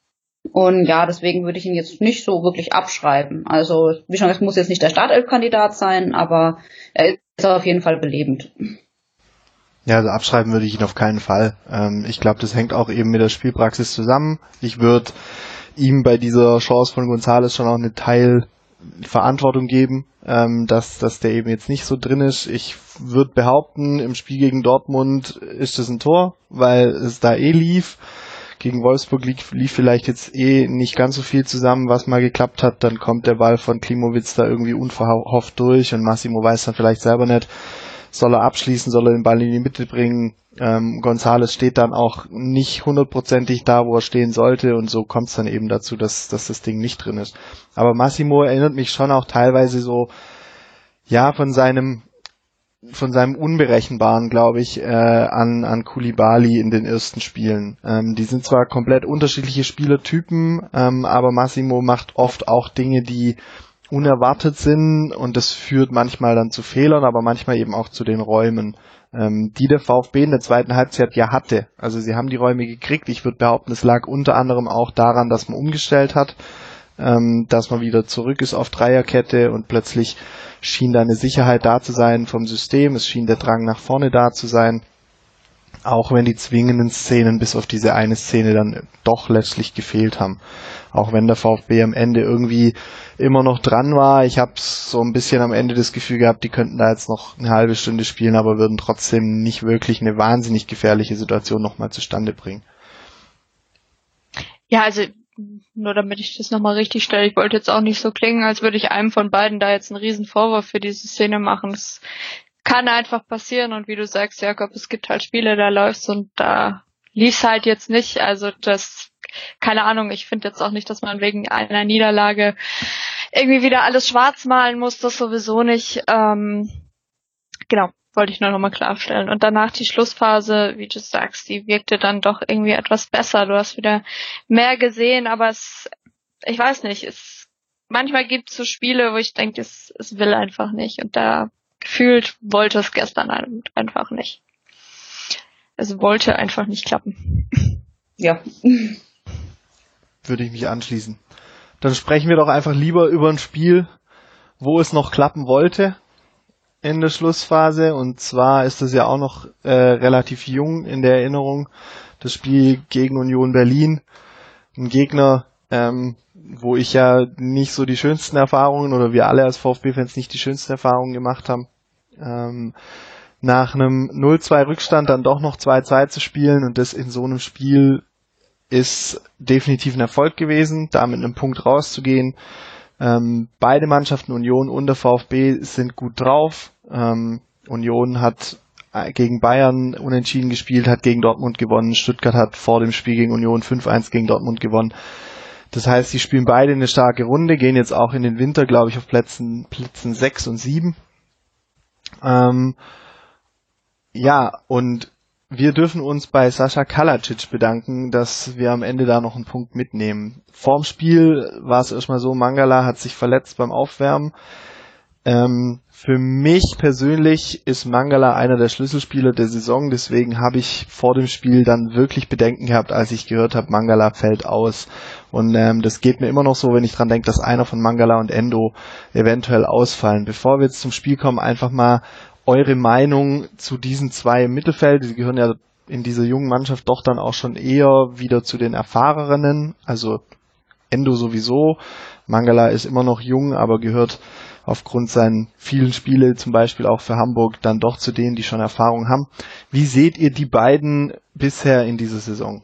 Und ja, deswegen würde ich ihn jetzt nicht so wirklich abschreiben. Also, wie schon gesagt, muss jetzt nicht der Startelf-Kandidat sein, aber er ist auf jeden Fall belebend. Ja, also abschreiben würde ich ihn auf keinen Fall. Ich glaube, das hängt auch eben mit der Spielpraxis zusammen. Ich würde ihm bei dieser Chance von González schon auch eine Teilverantwortung geben, dass der eben jetzt nicht so drin ist. Ich würde behaupten, im Spiel gegen Dortmund ist es ein Tor, weil es da lief. Gegen Wolfsburg lief vielleicht jetzt nicht ganz so viel zusammen, was mal geklappt hat. Dann kommt der Ball von Klimowitz da irgendwie unverhofft durch und Massimo weiß dann vielleicht selber nicht, soll er abschließen, soll er den Ball in die Mitte bringen. González steht dann auch nicht hundertprozentig da, wo er stehen sollte, und so kommt es dann eben dazu, dass das Ding nicht drin ist. Aber Massimo erinnert mich schon auch teilweise so, ja, von seinem Unberechenbaren, glaube ich, an Koulibaly in den ersten Spielen. Die sind zwar komplett unterschiedliche Spielertypen, aber Massimo macht oft auch Dinge, die unerwartet sind, und das führt manchmal dann zu Fehlern, aber manchmal eben auch zu den Räumen, die der VfB in der zweiten Halbzeit ja hatte. Also sie haben die Räume gekriegt. Ich würde behaupten, es lag unter anderem auch daran, dass man umgestellt hat, dass man wieder zurück ist auf Dreierkette, und plötzlich schien da eine Sicherheit da zu sein vom System. Es schien der Drang nach vorne da zu sein, auch wenn die zwingenden Szenen bis auf diese eine Szene dann doch letztlich gefehlt haben. Auch wenn der VfB am Ende irgendwie immer noch dran war. Ich habe so ein bisschen am Ende das Gefühl gehabt, die könnten da jetzt noch eine halbe Stunde spielen, aber würden trotzdem nicht wirklich eine wahnsinnig gefährliche Situation nochmal zustande bringen. Ja, also nur damit ich das nochmal richtig stelle, ich wollte jetzt auch nicht so klingen, als würde ich einem von beiden da jetzt einen riesen Vorwurf für diese Szene machen. Das kann einfach passieren, und wie du sagst, Jakob, es gibt halt Spiele, da läuft's und da lief's halt jetzt nicht. Also das, keine Ahnung, ich finde jetzt auch nicht, dass man wegen einer Niederlage irgendwie wieder alles schwarz malen muss, das sowieso nicht. Genau, wollte ich nur nochmal klarstellen. Und danach die Schlussphase, wie du sagst, die wirkte dann doch irgendwie etwas besser. Du hast wieder mehr gesehen, aber ich weiß nicht, manchmal gibt es so Spiele, wo ich denke, es will einfach nicht. Und da gefühlt wollte es gestern einfach nicht. Es wollte einfach nicht klappen. Ja. Würde ich mich anschließen. Dann sprechen wir doch einfach lieber über ein Spiel, wo es noch klappen wollte in der Schlussphase, und zwar ist es ja auch noch relativ jung in der Erinnerung, das Spiel gegen Union Berlin, ein Gegner, wo ich ja nicht so die schönsten Erfahrungen, oder wir alle als VfB-Fans nicht die schönsten Erfahrungen gemacht haben, nach einem 0-2 Rückstand dann doch noch 2-2 zu spielen, und das in so einem Spiel ist definitiv ein Erfolg gewesen, da mit einem Punkt rauszugehen. Beide Mannschaften, Union und der VfB, sind gut drauf. Union hat gegen Bayern unentschieden gespielt, hat gegen Dortmund gewonnen. Stuttgart hat vor dem Spiel gegen Union 5-1 gegen Dortmund gewonnen. Das heißt, sie spielen beide eine starke Runde, gehen jetzt auch in den Winter, glaube ich, auf Plätzen 6 und 7. Ja, und wir dürfen uns bei Sascha Kalajdzic bedanken, dass wir am Ende da noch einen Punkt mitnehmen. Vorm Spiel war es erstmal so, Mangala hat sich verletzt beim Aufwärmen. Für mich persönlich ist Mangala einer der Schlüsselspieler der Saison, deswegen habe ich vor dem Spiel dann wirklich Bedenken gehabt, als ich gehört habe, Mangala fällt aus. Und das geht mir immer noch so, wenn ich dran denke, dass einer von Mangala und Endo eventuell ausfallen. Bevor wir jetzt zum Spiel kommen, einfach mal eure Meinung zu diesen zwei im Mittelfeld. Die gehören ja in dieser jungen Mannschaft doch dann auch schon eher wieder zu den Erfahrenen. Also Endo sowieso. Mangala ist immer noch jung, aber gehört aufgrund seinen vielen Spiele, zum Beispiel auch für Hamburg, dann doch zu denen, die schon Erfahrung haben. Wie seht ihr die beiden bisher in dieser Saison?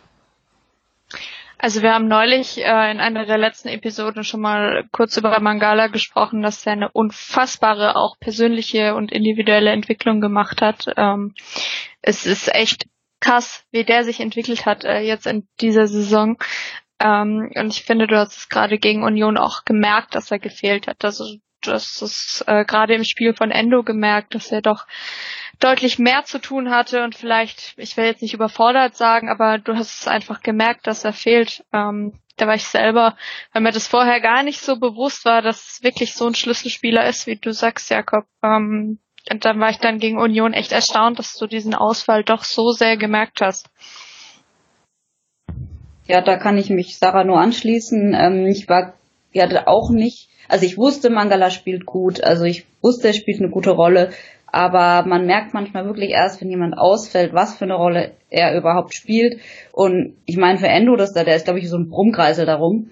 Also wir haben neulich in einer der letzten Episoden schon mal kurz über Mangala gesprochen, dass er eine unfassbare, auch persönliche und individuelle Entwicklung gemacht hat. Es ist echt krass, wie der sich entwickelt hat jetzt in dieser Saison. Und ich finde, du hast es gerade gegen Union auch gemerkt, dass er gefehlt hat. Also du hast es gerade im Spiel von Endo gemerkt, dass er doch deutlich mehr zu tun hatte und vielleicht, ich will jetzt nicht überfordert sagen, aber du hast es einfach gemerkt, dass er fehlt. Da war ich selber, weil mir das vorher gar nicht so bewusst war, dass es wirklich so ein Schlüsselspieler ist, wie du sagst, Jakob. Und dann war ich dann gegen Union echt erstaunt, dass du diesen Ausfall doch so sehr gemerkt hast. Ja, da kann ich mich Sarah nur anschließen. Ich war ja auch nicht, also ich wusste, Mangala spielt gut, also ich wusste, er spielt eine gute Rolle, aber man merkt manchmal wirklich erst, wenn jemand ausfällt, was für eine Rolle er überhaupt spielt. Und ich meine, für Endo, der ist, glaube ich, so ein Brummkreisel darum.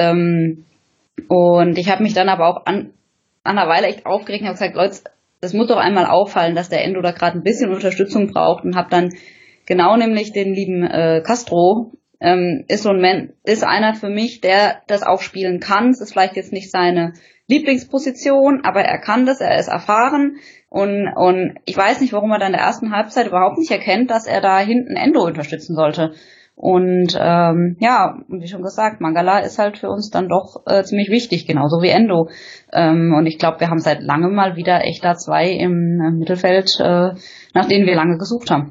Und ich habe mich dann aber auch an einer Weile echt aufgeregt und habe gesagt, Leute, das muss doch einmal auffallen, dass der Endo da gerade ein bisschen Unterstützung braucht, und habe dann genau nämlich den lieben Castro, ist einer für mich, der das auch spielen kann. Es ist vielleicht jetzt nicht seine Lieblingsposition, aber er kann das, er ist erfahren, und ich weiß nicht, warum er dann in der ersten Halbzeit überhaupt nicht erkennt, dass er da hinten Endo unterstützen sollte. Und wie schon gesagt, Mangala ist halt für uns dann doch ziemlich wichtig, genauso wie Endo. Und ich glaube, wir haben seit langem mal wieder echt da zwei im Mittelfeld, nach denen wir lange gesucht haben.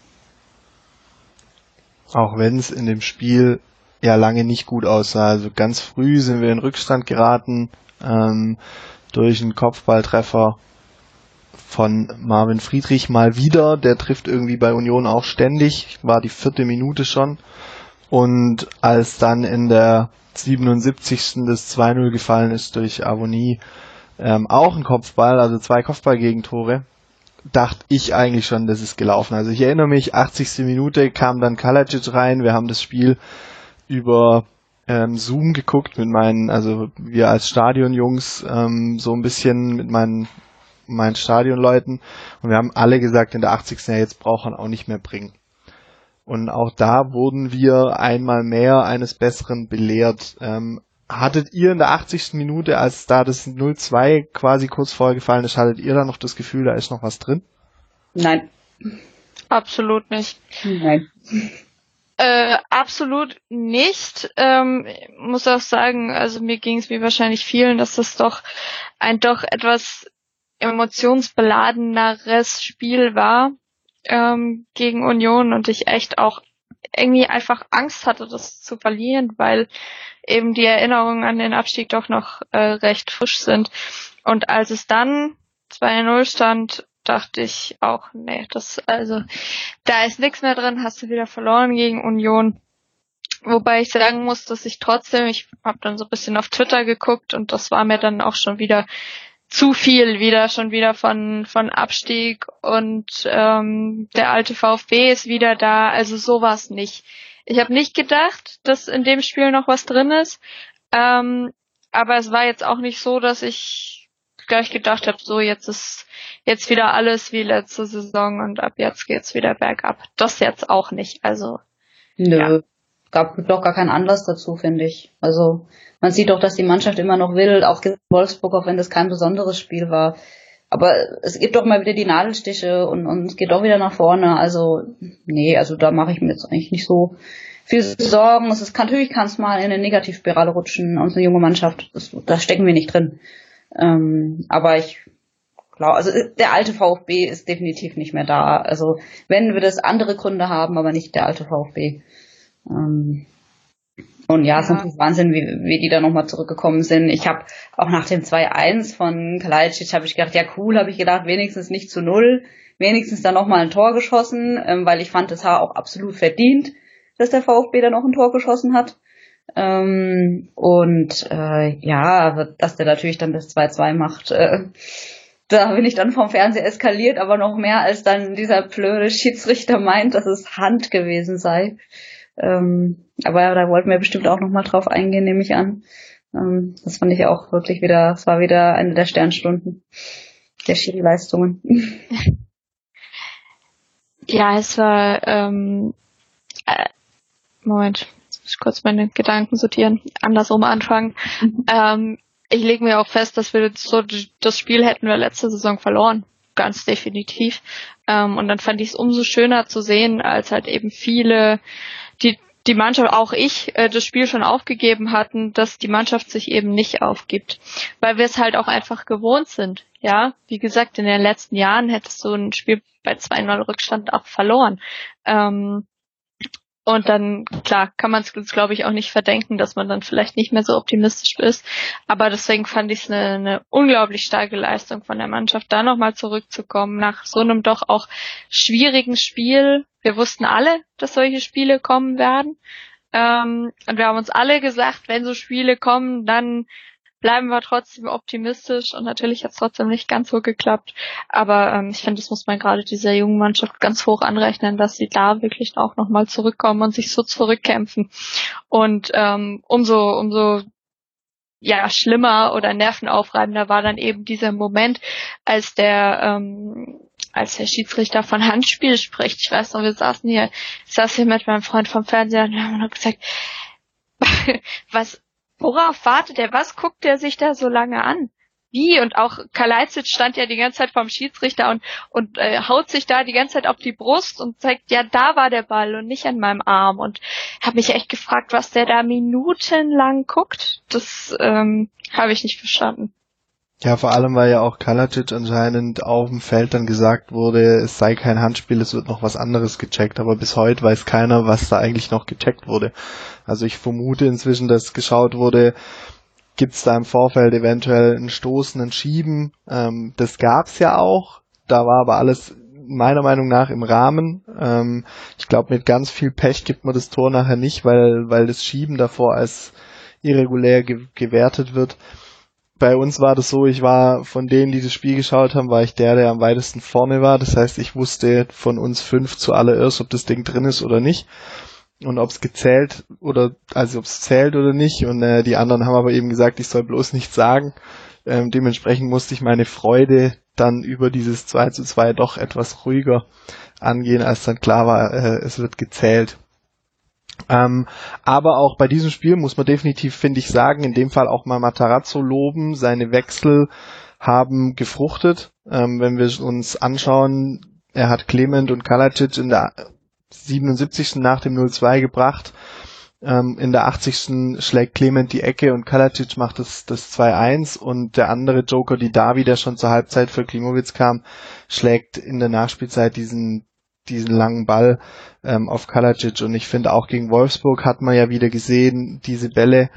Auch wenn es in dem Spiel ja lange nicht gut aussah. Also ganz früh sind wir in Rückstand geraten durch einen Kopfballtreffer von Marvin Friedrich mal wieder. Der trifft irgendwie bei Union auch ständig. War die 4. Minute schon. Und als dann in der 77. das 2-0 gefallen ist durch Avonie, auch ein Kopfball, also 2 Kopfballgegentore, dachte ich eigentlich schon, das ist gelaufen. Also ich erinnere mich, 80. Minute kam dann Kalajic rein. Wir haben das Spiel über Zoom geguckt mit also wir als Stadionjungs, so ein bisschen mit meinen Stadionleuten, und wir haben alle gesagt, in der 80. Ja, jetzt braucht man auch nicht mehr bringen. Und auch da wurden wir einmal mehr eines Besseren belehrt. Hattet ihr in der 80. Minute, als da das 0-2 quasi kurz vorher gefallen ist, hattet ihr da noch das Gefühl, da ist noch was drin? Nein. Absolut nicht. Nein. Absolut nicht. Muss auch sagen, also mir ging es wie wahrscheinlich vielen, dass das doch ein etwas emotionsbeladeneres Spiel war gegen Union, und ich echt auch irgendwie einfach Angst hatte, das zu verlieren, weil eben die Erinnerungen an den Abstieg doch noch recht frisch sind. Und als es dann 2-0 stand, dachte ich auch, nee, da ist nichts mehr drin, hast du wieder verloren gegen Union. Wobei ich sagen muss, dass ich habe dann so ein bisschen auf Twitter geguckt, und das war mir dann auch schon wieder zu viel schon wieder von Abstieg, und der alte VfB ist wieder da, also sowas nicht. Ich habe nicht gedacht, dass in dem Spiel noch was drin ist, aber es war jetzt auch nicht so, dass ich gleich gedacht habe, so jetzt ist jetzt wieder alles wie letzte Saison und ab jetzt geht's wieder bergab. Das jetzt auch nicht, also. Nö, ja. Gab doch gar keinen Anlass dazu, finde ich. Also man sieht doch, dass die Mannschaft immer noch will, auch gegen Wolfsburg, auch wenn das kein besonderes Spiel war. Aber es gibt doch mal wieder die Nadelstiche, und es geht doch wieder nach vorne. Also nee, also da mache ich mir jetzt eigentlich nicht so viel Sorgen. Natürlich kann es mal in eine Negativspirale rutschen, und so eine junge Mannschaft, da stecken wir nicht drin. Aber ich glaube, also der alte VfB ist definitiv nicht mehr da. Also wenn wir das andere Gründe haben, aber nicht der alte VfB. Und ja, es ist natürlich Wahnsinn, wie die da nochmal zurückgekommen sind. Ich habe auch nach dem 2-1 von Kalajic habe ich gedacht, ja cool, habe ich gedacht, wenigstens nicht zu 0, wenigstens da nochmal ein Tor geschossen, weil ich fand, es war auch absolut verdient, dass der VfB da noch ein Tor geschossen hat. Dass der natürlich dann das 2-2 macht, da bin ich dann vom Fernseher eskaliert, aber noch mehr, als dann dieser blöde Schiedsrichter meint, dass es Hand gewesen sei. Aber da wollten wir bestimmt auch nochmal drauf eingehen, nehme ich an. Das fand ich auch wirklich es war wieder eine der Sternstunden der Schiri-Leistungen. Ja, es war, Moment, jetzt muss ich kurz meine Gedanken sortieren, andersrum anfangen. Ich lege mir auch fest, dass wir das Spiel hätten wir letzte Saison verloren. Ganz definitiv. Und dann fand ich es umso schöner zu sehen, als halt eben viele, die Mannschaft, auch ich, das Spiel schon aufgegeben hatten, dass die Mannschaft sich eben nicht aufgibt. Weil wir es halt auch einfach gewohnt sind. Ja, wie gesagt, in den letzten Jahren hättest du ein Spiel bei 2-0 Rückstand auch verloren. Und dann, klar, kann man es, glaube ich, auch nicht verdenken, dass man dann vielleicht nicht mehr so optimistisch ist. Aber deswegen fand ich es eine unglaublich starke Leistung von der Mannschaft, da nochmal zurückzukommen nach so einem doch auch schwierigen Spiel. Wir wussten alle, dass solche Spiele kommen werden. Und wir haben uns alle gesagt, wenn so Spiele kommen, dann bleiben wir trotzdem optimistisch, und natürlich hat es trotzdem nicht ganz so geklappt. Aber ich finde, das muss man gerade dieser jungen Mannschaft ganz hoch anrechnen, dass sie da wirklich auch nochmal zurückkommen und sich so zurückkämpfen. Und umso schlimmer oder nervenaufreibender war dann eben dieser Moment, als der Schiedsrichter von Handspiel spricht. Ich weiß noch, ich saß hier mit meinem Freund vom Fernseher und wir haben nur gesagt, worauf wartet er? Was guckt er sich da so lange an? Wie? Und auch Kalajdzic stand ja die ganze Zeit vorm Schiedsrichter und haut sich da die ganze Zeit auf die Brust und zeigt, ja, da war der Ball und nicht an meinem Arm. Und habe mich echt gefragt, was der da minutenlang guckt. Das habe ich nicht verstanden. Ja, vor allem, weil ja auch Kalajdzic anscheinend auf dem Feld dann gesagt wurde, es sei kein Handspiel, es wird noch was anderes gecheckt. Aber bis heute weiß keiner, was da eigentlich noch gecheckt wurde. Also ich vermute inzwischen, dass geschaut wurde, gibt's da im Vorfeld eventuell einen Stoßen, einen Schieben. Das gab's ja auch. Da war aber alles meiner Meinung nach im Rahmen. Ich glaube, mit ganz viel Pech gibt man das Tor nachher nicht, weil das Schieben davor als irregulär gewertet wird. Bei uns war das so, ich war von denen, die das Spiel geschaut haben, war ich der am weitesten vorne war. Das heißt, ich wusste von uns 5 zuallererst, ob das Ding drin ist oder nicht. Und ob es zählt oder nicht. Und die anderen haben aber eben gesagt, ich soll bloß nichts sagen. Dementsprechend musste ich meine Freude dann über dieses 2:2 doch etwas ruhiger angehen, als dann klar war, es wird gezählt. Aber auch bei diesem Spiel muss man definitiv, finde ich, sagen, in dem Fall auch mal Matarazzo loben. Seine Wechsel haben gefruchtet. Wenn wir uns anschauen, er hat Clement und Kalajdzic in der 77. nach dem 0:2 gebracht. In der 80. schlägt Clement die Ecke und Kalajdzic macht das 2:1 und der andere Joker, Didavi, der schon zur Halbzeit für Klimowitz kam, schlägt in der Nachspielzeit diesen langen Ball auf Kalajdzic. Und ich finde, auch gegen Wolfsburg hat man ja wieder gesehen, diese Bälle,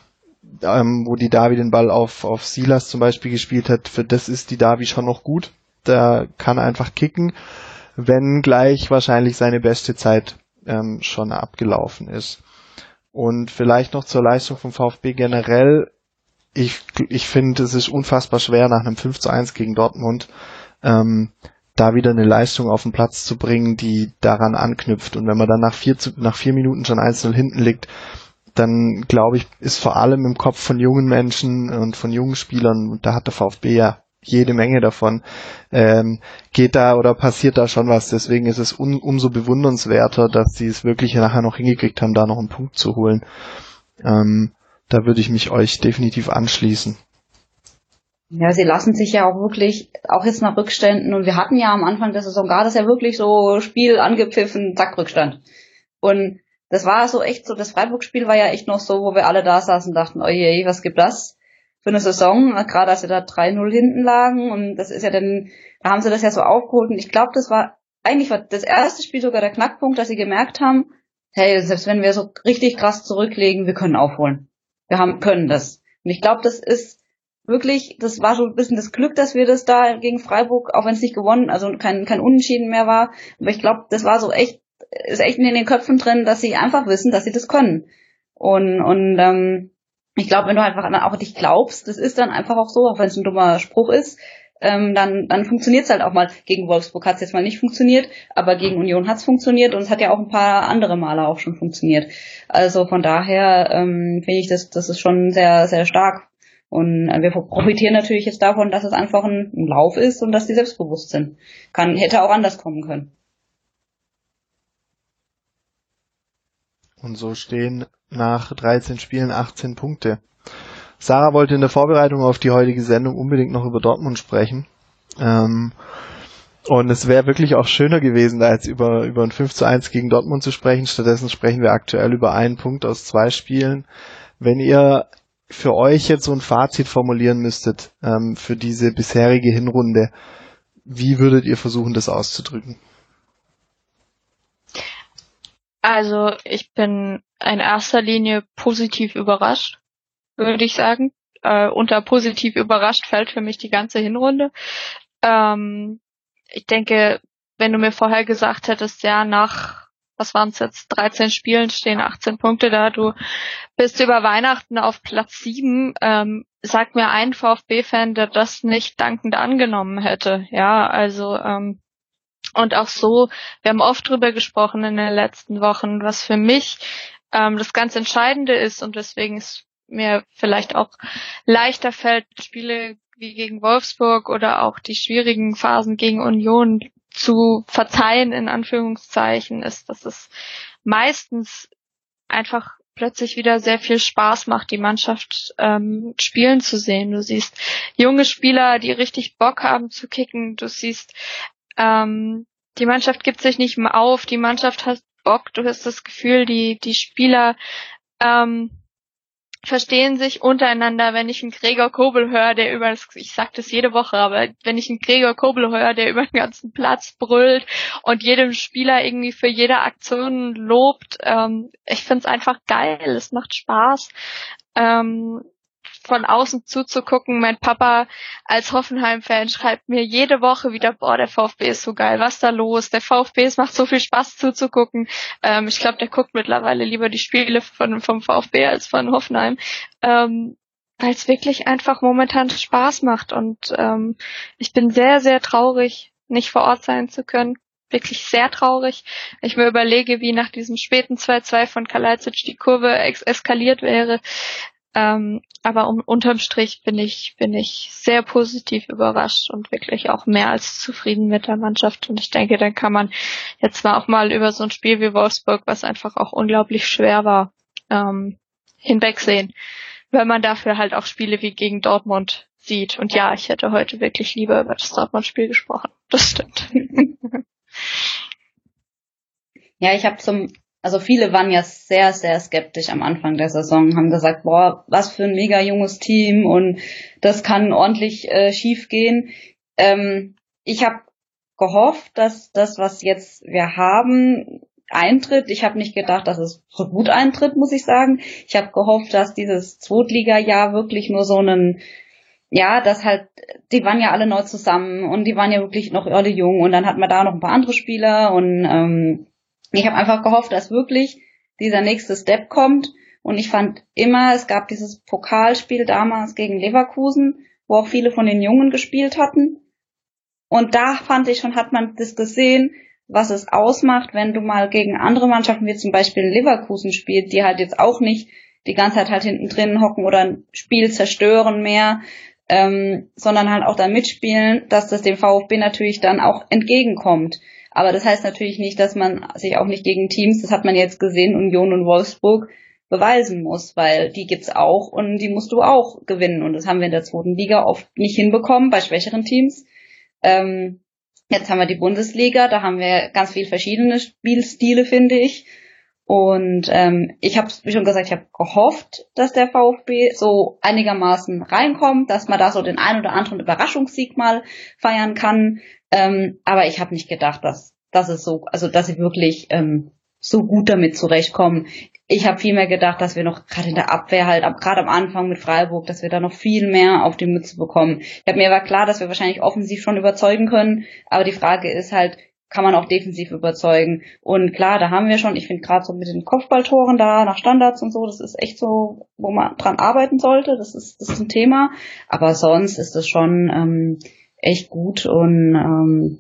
wo Didavi den Ball auf Silas zum Beispiel gespielt hat, für das ist Didavi schon noch gut. Da kann er einfach kicken, wenn gleich wahrscheinlich seine beste Zeit schon abgelaufen ist. Und vielleicht noch zur Leistung vom VfB generell. Ich finde, es ist unfassbar schwer, nach einem 5:1 gegen Dortmund da wieder eine Leistung auf den Platz zu bringen, die daran anknüpft. Und wenn man dann nach 4 Minuten schon 1:0 hinten liegt, dann glaube ich, ist vor allem im Kopf von jungen Menschen und von jungen Spielern, und da hat der VfB ja jede Menge davon, geht da oder passiert da schon was. Deswegen ist es umso bewundernswerter, dass sie es wirklich nachher noch hingekriegt haben, da noch einen Punkt zu holen. Da würde ich mich euch definitiv anschließen. Ja, sie lassen sich ja auch wirklich, auch jetzt nach Rückständen, und wir hatten ja am Anfang der Saison gar das ja wirklich so Spiel angepfiffen, zack, Rückstand. Und das war so echt so, das Freiburg-Spiel war ja echt noch so, wo wir alle da saßen und dachten, oje, was gibt das für eine Saison, gerade als sie da 3:0 hinten lagen, und das ist ja dann, da haben sie das ja so aufgeholt, und ich glaube, eigentlich war das erste Spiel sogar der Knackpunkt, dass sie gemerkt haben, hey, selbst wenn wir so richtig krass zurücklegen, wir können aufholen. Können das. Und ich glaube, das ist wirklich, das war so ein bisschen das Glück, dass wir das da gegen Freiburg, auch wenn es nicht gewonnen, also kein Unentschieden mehr war, aber ich glaube, das war so ist echt in den Köpfen drin, dass sie einfach wissen, dass sie das können. Und ich glaube, wenn du einfach auch dich glaubst, das ist dann einfach auch so, auch wenn es ein dummer Spruch ist, dann funktioniert es halt auch mal. Gegen Wolfsburg hat es jetzt mal nicht funktioniert, aber gegen Union hat es funktioniert, und es hat ja auch ein paar andere Male auch schon funktioniert. Also von daher finde ich, das ist schon sehr, sehr stark. Und wir profitieren natürlich jetzt davon, dass es einfach ein Lauf ist und dass die selbstbewusst sind. Hätte auch anders kommen können. Und so stehen nach 13 Spielen 18 Punkte. Sarah wollte in der Vorbereitung auf die heutige Sendung unbedingt noch über Dortmund sprechen. Und es wäre wirklich auch schöner gewesen, da jetzt über ein 5:1 gegen Dortmund zu sprechen. Stattdessen sprechen wir aktuell über einen Punkt aus 2 Spielen. Wenn ihr für euch jetzt so ein Fazit formulieren müsstet für diese bisherige Hinrunde, wie würdet ihr versuchen, das auszudrücken? Also ich bin in erster Linie positiv überrascht, würde ich sagen. Unter positiv überrascht fällt für mich die ganze Hinrunde. Ich denke, wenn du mir vorher gesagt hättest, ja, nach was waren es jetzt, 13 Spielen stehen 18 Punkte da, du bist über Weihnachten auf Platz 7, sag mir ein VfB-Fan, der das nicht dankend angenommen hätte. Ja, also und auch so, wir haben oft drüber gesprochen in den letzten Wochen, was für mich das ganz Entscheidende ist und weswegen es mir vielleicht auch leichter fällt, Spiele wie gegen Wolfsburg oder auch die schwierigen Phasen gegen Union zu verzeihen, in Anführungszeichen, ist, dass es meistens einfach plötzlich wieder sehr viel Spaß macht, die Mannschaft spielen zu sehen. Du siehst junge Spieler, die richtig Bock haben zu kicken. Du siehst, die Mannschaft gibt sich nicht mehr auf, die Mannschaft hat Bock. Du hast das Gefühl, die Spieler verstehen sich untereinander. Wenn ich einen Gregor Kobel höre, der ich sag das jede Woche, aber wenn ich einen Gregor Kobel höre, der über den ganzen Platz brüllt und jedem Spieler irgendwie für jede Aktion lobt, ich find's einfach geil, es macht Spaß. Von außen zuzugucken. Mein Papa als Hoffenheim-Fan schreibt mir jede Woche wieder, boah, der VfB ist so geil, was ist da los? Der VfB, es macht so viel Spaß zuzugucken. Ich glaube, der guckt mittlerweile lieber die Spiele vom VfB als von Hoffenheim, weil es wirklich einfach momentan Spaß macht. Und ich bin sehr, sehr traurig, nicht vor Ort sein zu können. Wirklich sehr traurig. Ich mir überlege, wie nach diesem späten 2-2 von Kalajdzic die Kurve eskaliert wäre. Aber unterm Strich bin ich sehr positiv überrascht und wirklich auch mehr als zufrieden mit der Mannschaft. Und ich denke, dann kann man jetzt auch mal über so ein Spiel wie Wolfsburg, was einfach auch unglaublich schwer war, hinwegsehen, wenn man dafür halt auch Spiele wie gegen Dortmund sieht. Und ja, ich hätte heute wirklich lieber über das Dortmund-Spiel gesprochen. Das stimmt. Ja, also viele waren ja sehr, sehr skeptisch am Anfang der Saison, haben gesagt, boah, was für ein mega junges Team und das kann ordentlich schief gehen. Ich habe gehofft, dass das, was jetzt wir haben, eintritt. Ich habe nicht gedacht, dass es so gut eintritt, muss ich sagen. Ich habe gehofft, dass dieses Zweitliga-Jahr wirklich nur so dass halt, die waren ja alle neu zusammen und die waren ja wirklich noch alle jung und dann hat man da noch ein paar andere Spieler und ich habe einfach gehofft, dass wirklich dieser nächste Step kommt. Und ich fand immer, es gab dieses Pokalspiel damals gegen Leverkusen, wo auch viele von den Jungen gespielt hatten. Und da fand ich schon, hat man das gesehen, was es ausmacht, wenn du mal gegen andere Mannschaften, wie zum Beispiel Leverkusen spielst, die halt jetzt auch nicht die ganze Zeit halt hinten drin hocken oder ein Spiel zerstören mehr, sondern halt auch da mitspielen, dass das dem VfB natürlich dann auch entgegenkommt. Aber das heißt natürlich nicht, dass man sich auch nicht gegen Teams, das hat man jetzt gesehen, Union und Wolfsburg, beweisen muss, weil die gibt's auch und die musst du auch gewinnen. Und das haben wir in der zweiten Liga oft nicht hinbekommen, bei schwächeren Teams. Jetzt haben wir die Bundesliga, da haben wir ganz viele verschiedene Spielstile, finde ich. Und ich habe, wie schon gesagt, ich habe gehofft, dass der VfB so einigermaßen reinkommt, dass man da so den ein oder anderen Überraschungssieg mal feiern kann. Aber ich habe nicht gedacht, dass es so, also dass sie wirklich so gut damit zurechtkommen. Ich habe vielmehr gedacht, dass wir noch gerade in der Abwehr halt, gerade am Anfang mit Freiburg, dass wir da noch viel mehr auf die Mütze bekommen. Mir war klar, dass wir wahrscheinlich offensiv schon überzeugen können, aber die Frage ist halt, kann man auch defensiv überzeugen? Und klar, da haben wir schon, ich finde gerade so mit den Kopfballtoren da nach Standards und so, das ist echt so, wo man dran arbeiten sollte, das ist ein Thema, aber sonst ist es schon echt gut und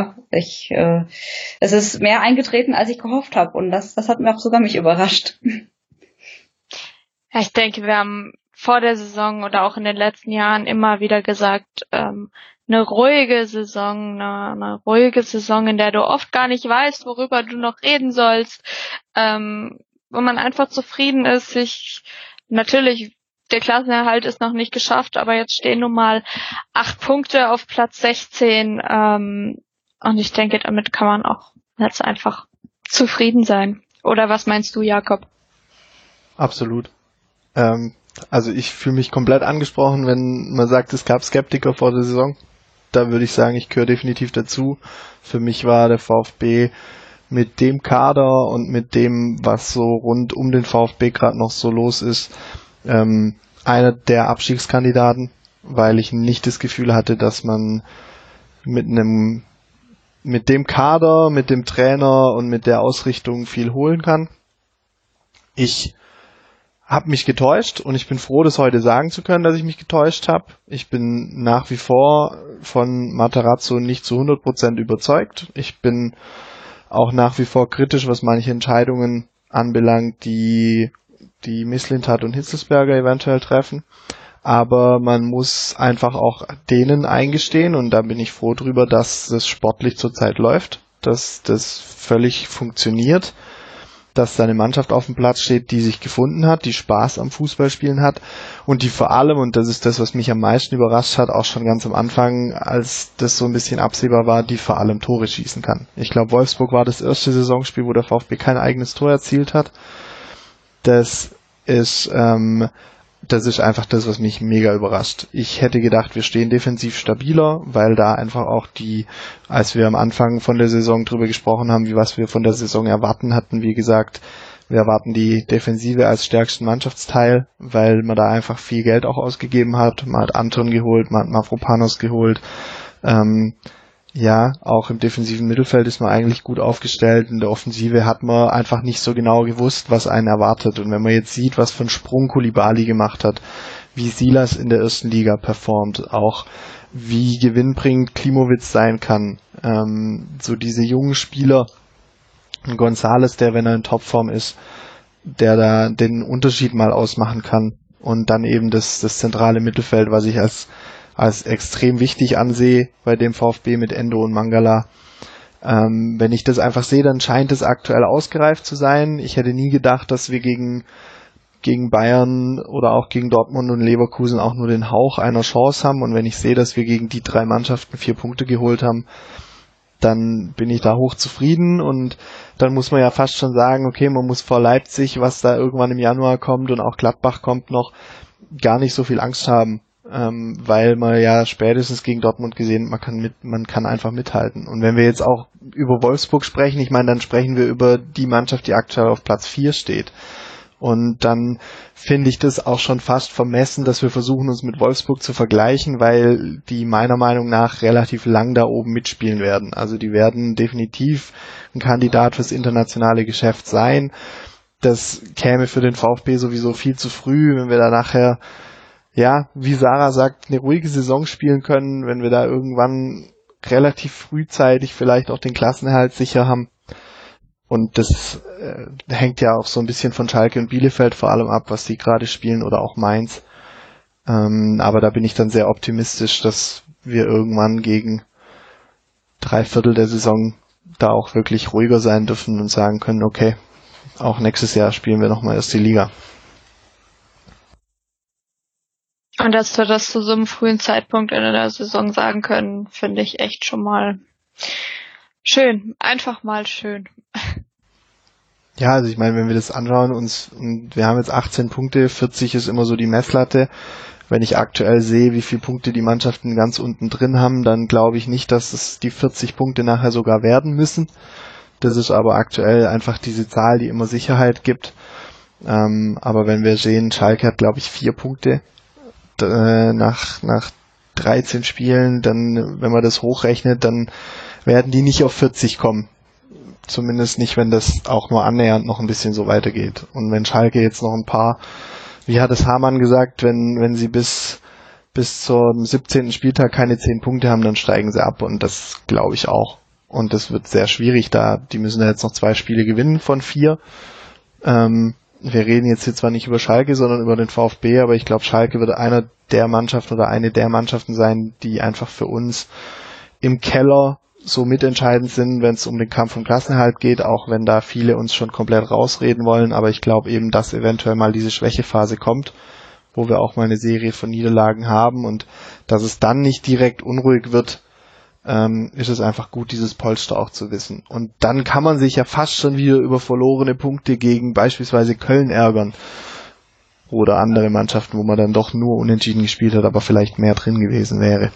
es ist mehr eingetreten, als ich gehofft habe und das hat mir auch sogar mich überrascht. Ja, ich denke, wir haben vor der Saison oder auch in den letzten Jahren immer wieder gesagt, eine ruhige Saison, in der du oft gar nicht weißt, worüber du noch reden sollst, wo man einfach zufrieden ist, natürlich, der Klassenerhalt ist noch nicht geschafft, aber jetzt stehen nun mal 8 Punkte auf Platz 16, und ich denke, damit kann man auch jetzt einfach zufrieden sein. Oder was meinst du, Jakob? Absolut. Also ich fühle mich komplett angesprochen, wenn man sagt, es gab Skeptiker vor der Saison. Da würde ich sagen, ich gehöre definitiv dazu. Für mich war der VfB mit dem Kader und mit dem, was so rund um den VfB gerade noch so los ist, einer der Abstiegskandidaten, weil ich nicht das Gefühl hatte, dass man mit einem mit dem Kader, mit dem Trainer und mit der Ausrichtung viel holen kann. Ich habe mich getäuscht und ich bin froh, das heute sagen zu können, dass ich mich getäuscht habe. Ich bin nach wie vor von Matarazzo nicht zu 100% überzeugt. Ich bin auch nach wie vor kritisch, was manche Entscheidungen anbelangt, die Mislintat und Hitzelsberger eventuell treffen. Aber man muss einfach auch denen eingestehen, und da bin ich froh drüber, dass das sportlich zurzeit läuft, dass das völlig funktioniert, dass da eine Mannschaft auf dem Platz steht, die sich gefunden hat, die Spaß am Fußballspielen hat und die vor allem, und das ist das, was mich am meisten überrascht hat, auch schon ganz am Anfang, als das so ein bisschen absehbar war, die vor allem Tore schießen kann. Ich glaube, Wolfsburg war das erste Saisonspiel, wo der VfB kein eigenes Tor erzielt hat. Das ist einfach das, was mich mega überrascht. Ich hätte gedacht, wir stehen defensiv stabiler, weil da einfach auch als wir am Anfang von der Saison drüber gesprochen haben, was wir von der Saison erwarten, hatten wir gesagt, wir erwarten die Defensive als stärksten Mannschaftsteil, weil man da einfach viel Geld auch ausgegeben hat. Man hat Anton geholt, man hat Mavropanos geholt. Ja, auch im defensiven Mittelfeld ist man eigentlich gut aufgestellt. In der Offensive hat man einfach nicht so genau gewusst, was einen erwartet. Und wenn man jetzt sieht, was für einen Sprung Koulibaly gemacht hat, wie Silas in der ersten Liga performt, auch wie gewinnbringend Klimowitz sein kann, so diese jungen Spieler, González, der, wenn er in Topform ist, der da den Unterschied mal ausmachen kann, und dann eben das zentrale Mittelfeld, was ich als extrem wichtig ansehe bei dem VfB mit Endo und Mangala. Wenn ich das einfach sehe, dann scheint es aktuell ausgereift zu sein. Ich hätte nie gedacht, dass wir gegen Bayern oder auch gegen Dortmund und Leverkusen auch nur den Hauch einer Chance haben. Und wenn ich sehe, dass wir gegen die 3 Mannschaften 4 Punkte geholt haben, dann bin ich da hoch zufrieden. Und dann muss man ja fast schon sagen, okay, man muss vor Leipzig, was da irgendwann im Januar kommt, und auch Gladbach kommt noch, gar nicht so viel Angst haben. Weil man ja spätestens gegen Dortmund gesehen, man kann einfach mithalten. Und wenn wir jetzt auch über Wolfsburg sprechen, ich meine, dann sprechen wir über die Mannschaft, die aktuell auf Platz 4 steht. Und dann finde ich das auch schon fast vermessen, dass wir versuchen, uns mit Wolfsburg zu vergleichen, weil die meiner Meinung nach relativ lang da oben mitspielen werden. Also die werden definitiv ein Kandidat fürs internationale Geschäft sein. Das käme für den VfB sowieso viel zu früh, wenn wir da nachher, ja, wie Sarah sagt, eine ruhige Saison spielen können, wenn wir da irgendwann relativ frühzeitig vielleicht auch den Klassenerhalt sicher haben. Und das hängt ja auch so ein bisschen von Schalke und Bielefeld vor allem ab, was die gerade spielen, oder auch Mainz. Aber da bin ich dann sehr optimistisch, dass wir irgendwann gegen 3/4 der Saison da auch wirklich ruhiger sein dürfen und sagen können, okay, auch nächstes Jahr spielen wir nochmal erste Liga. Und dass wir das zu so einem frühen Zeitpunkt in der Saison sagen können, finde ich echt schon mal schön. Einfach mal schön. Ja, also ich meine, wenn wir das anschauen, und wir haben jetzt 18 Punkte, 40 ist immer so die Messlatte. Wenn ich aktuell sehe, wie viele Punkte die Mannschaften ganz unten drin haben, dann glaube ich nicht, dass es die 40 Punkte nachher sogar werden müssen. Das ist aber aktuell einfach diese Zahl, die immer Sicherheit gibt. Aber wenn wir sehen, Schalke hat, glaube ich, 4 Punkte nach 13 Spielen, dann, wenn man das hochrechnet, dann werden die nicht auf 40 kommen. Zumindest nicht, wenn das auch nur annähernd noch ein bisschen so weitergeht. Und wenn Schalke jetzt noch ein paar, wie hat es Hamann gesagt, wenn sie bis zum 17. Spieltag keine 10 Punkte haben, dann steigen sie ab, und das glaube ich auch. Und das wird sehr schwierig, die müssen ja jetzt noch 2 Spiele gewinnen von 4. Wir reden jetzt hier zwar nicht über Schalke, sondern über den VfB, aber ich glaube, Schalke wird eine der Mannschaften sein, die einfach für uns im Keller so mitentscheidend sind, wenn es um den Kampf um Klassenerhalt geht, auch wenn da viele uns schon komplett rausreden wollen. Aber ich glaube eben, dass eventuell mal diese Schwächephase kommt, wo wir auch mal eine Serie von Niederlagen haben, und dass es dann nicht direkt unruhig wird, ist es einfach gut, dieses Polster auch zu wissen. Und dann kann man sich ja fast schon wieder über verlorene Punkte gegen beispielsweise Köln ärgern oder andere Mannschaften, wo man dann doch nur unentschieden gespielt hat, aber vielleicht mehr drin gewesen wäre.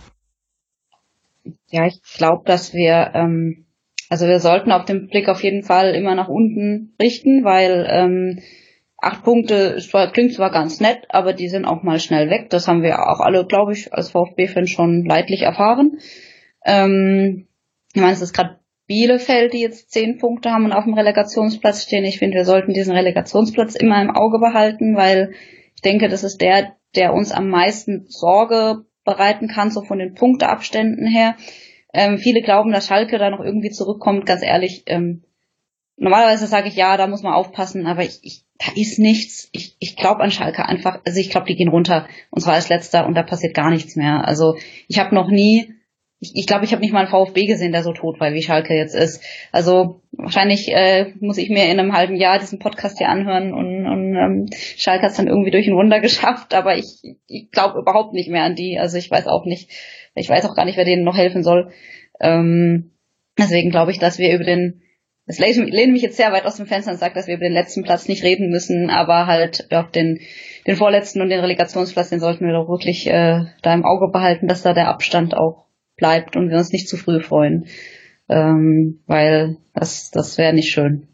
Ja, ich glaube, dass wir sollten auch den Blick auf jeden Fall immer nach unten richten, weil 8 Punkte klingt zwar ganz nett, aber die sind auch mal schnell weg. Das haben wir auch alle, glaube ich, als VfB-Fans schon leidlich erfahren. Ich meine, es ist gerade Bielefeld, die jetzt 10 Punkte haben und auf dem Relegationsplatz stehen. Ich finde, wir sollten diesen Relegationsplatz immer im Auge behalten, weil ich denke, das ist der uns am meisten Sorge bereiten kann, so von den Punkteabständen her. Viele glauben, dass Schalke da noch irgendwie zurückkommt. Ganz ehrlich, normalerweise sage ich, ja, da muss man aufpassen, aber da ist nichts. Ich glaube an Schalke einfach, also ich glaube, die gehen runter und zwar als Letzter und da passiert gar nichts mehr. Also ich habe noch nie, ich glaube, ich habe nicht mal einen VfB gesehen, der so tot war, wie Schalke jetzt ist. Also wahrscheinlich muss ich mir in einem halben Jahr diesen Podcast hier anhören und Schalke hat es dann irgendwie durch ein Wunder geschafft, aber ich glaube überhaupt nicht mehr an die. Also ich weiß auch gar nicht, wer denen noch helfen soll. Deswegen glaube ich, dass wir das lehne mich jetzt sehr weit aus dem Fenster und sage, dass wir über den letzten Platz nicht reden müssen, aber halt auf den vorletzten und den Relegationsplatz, den sollten wir doch wirklich da im Auge behalten, dass da der Abstand auch bleibt und wir uns nicht zu früh freuen, weil das wäre nicht schön.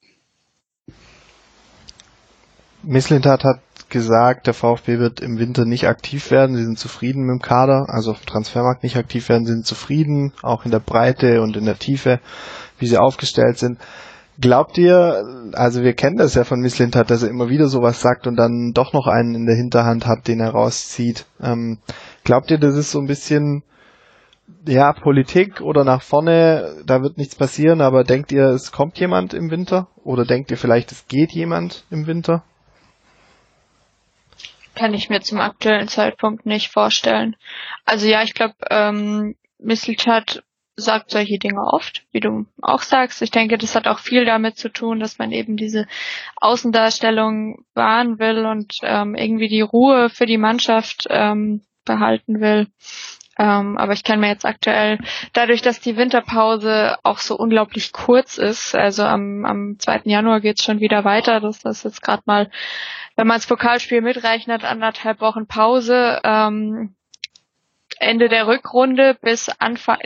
Mislintat hat gesagt, der VfB wird im Winter nicht aktiv werden, sie sind zufrieden mit dem Kader, also auf dem Transfermarkt nicht aktiv werden, sie sind zufrieden, auch in der Breite und in der Tiefe, wie sie aufgestellt sind. Glaubt ihr, also wir kennen das ja von Mislintat, dass er immer wieder sowas sagt und dann doch noch einen in der Hinterhand hat, den er rauszieht. Glaubt ihr, das ist so ein bisschen Politik oder nach vorne, da wird nichts passieren, aber denkt ihr, es kommt jemand im Winter? Oder denkt ihr vielleicht, es geht jemand im Winter? Kann ich mir zum aktuellen Zeitpunkt nicht vorstellen. Also ja, ich glaube, Mislintat sagt solche Dinge oft, wie du auch sagst. Ich denke, das hat auch viel damit zu tun, dass man eben diese Außendarstellung wahren will und irgendwie die Ruhe für die Mannschaft behalten will. Aber ich kann mir jetzt aktuell, dadurch, dass die Winterpause auch so unglaublich kurz ist, also am 2. Januar geht's schon wieder weiter, das ist jetzt gerade mal, wenn man das Pokalspiel mitrechnet, 1,5 Wochen Pause, Ende der Hinrunde bis Anfang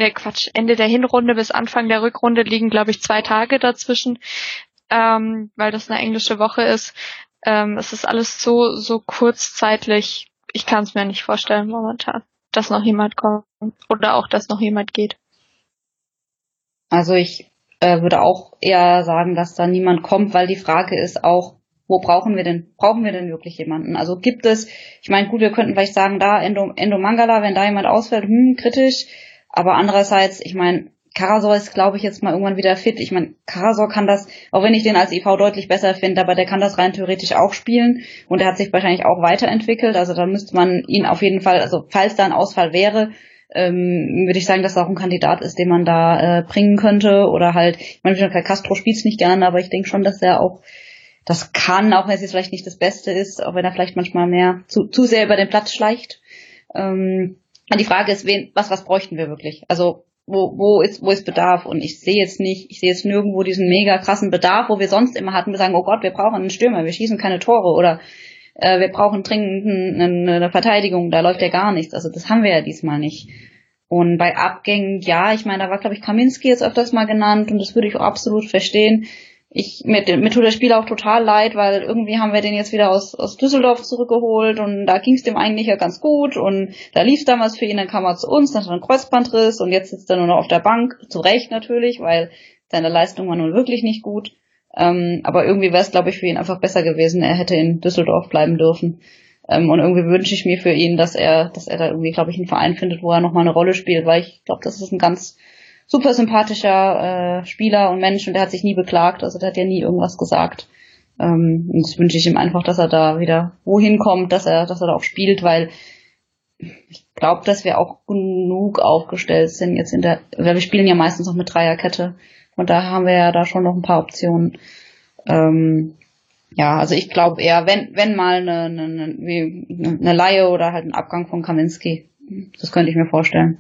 der Rückrunde liegen, glaube ich, 2 Tage dazwischen, weil das eine englische Woche ist. Es ist alles so kurzzeitlich, ich kann es mir nicht vorstellen momentan, dass noch jemand kommt oder auch, dass noch jemand geht. Also ich würde auch eher sagen, dass da niemand kommt, weil die Frage ist auch, wo brauchen wir denn wirklich jemanden? Also gibt es, ich meine, gut, wir könnten vielleicht sagen, da Endo Mangala, wenn da jemand ausfällt, kritisch, aber andererseits, ich meine, Karasor ist, glaube ich, jetzt mal irgendwann wieder fit. Ich meine, Karasor kann das, auch wenn ich den als IV deutlich besser finde, aber der kann das rein theoretisch auch spielen und der hat sich wahrscheinlich auch weiterentwickelt. Also da müsste man ihn auf jeden Fall, also falls da ein Ausfall wäre, würde ich sagen, dass er auch ein Kandidat ist, den man da bringen könnte. Oder halt, ich meine, Castro spielt's nicht gerne, aber ich denke schon, dass er auch das kann, auch wenn es jetzt vielleicht nicht das Beste ist, auch wenn er vielleicht manchmal mehr zu sehr über den Platz schleicht. Die Frage ist, was bräuchten wir wirklich? Also wo ist Bedarf? Und ich sehe jetzt nirgendwo diesen mega krassen Bedarf, wo wir sonst immer hatten, wir sagen, oh Gott, wir brauchen einen Stürmer, wir schießen keine Tore oder wir brauchen dringend eine Verteidigung, da läuft ja gar nichts. Also das haben wir ja diesmal nicht. Und bei Abgängen, ja, ich meine, da war, glaube ich, Kaminski jetzt öfters mal genannt und das würde ich auch absolut verstehen. Mir tut der Spieler auch total leid, weil irgendwie haben wir den jetzt wieder aus Düsseldorf zurückgeholt und da ging es dem eigentlich ja ganz gut und da lief damals für ihn, dann kam er zu uns, dann hat er einen Kreuzbandriss und jetzt sitzt er nur noch auf der Bank, zu Recht natürlich, weil seine Leistung war nun wirklich nicht gut. Aber irgendwie wäre es, glaube ich, für ihn einfach besser gewesen, er hätte in Düsseldorf bleiben dürfen. Und irgendwie wünsche ich mir für ihn, dass er da irgendwie, glaube ich, einen Verein findet, wo er nochmal eine Rolle spielt, weil ich glaube, das ist ein ganz super sympathischer Spieler und Mensch und der hat sich nie beklagt, also der hat ja nie irgendwas gesagt. Und das wünsche ich ihm einfach, dass er da wieder wohin kommt, dass er da auch spielt, weil ich glaube, dass wir auch genug aufgestellt sind jetzt weil wir spielen ja meistens noch mit Dreierkette und da haben wir ja da schon noch ein paar Optionen. Also ich glaube eher, wenn mal eine Leihe oder halt ein Abgang von Kaminski, das könnte ich mir vorstellen.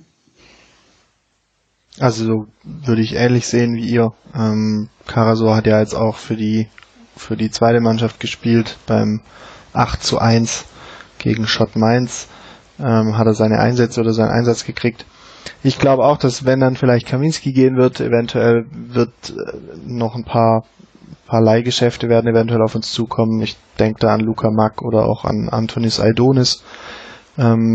Also so würde ich ähnlich sehen wie ihr. Karasor hat ja jetzt auch für die zweite Mannschaft gespielt beim 8:1 gegen Schott Mainz. Hat er seinen Einsatz gekriegt. Ich glaube auch, dass wenn dann vielleicht Kaminski gehen wird, eventuell wird noch ein paar Leihgeschäfte werden eventuell auf uns zukommen. Ich denke da an Luka Mack oder auch an Antonis Aidonis.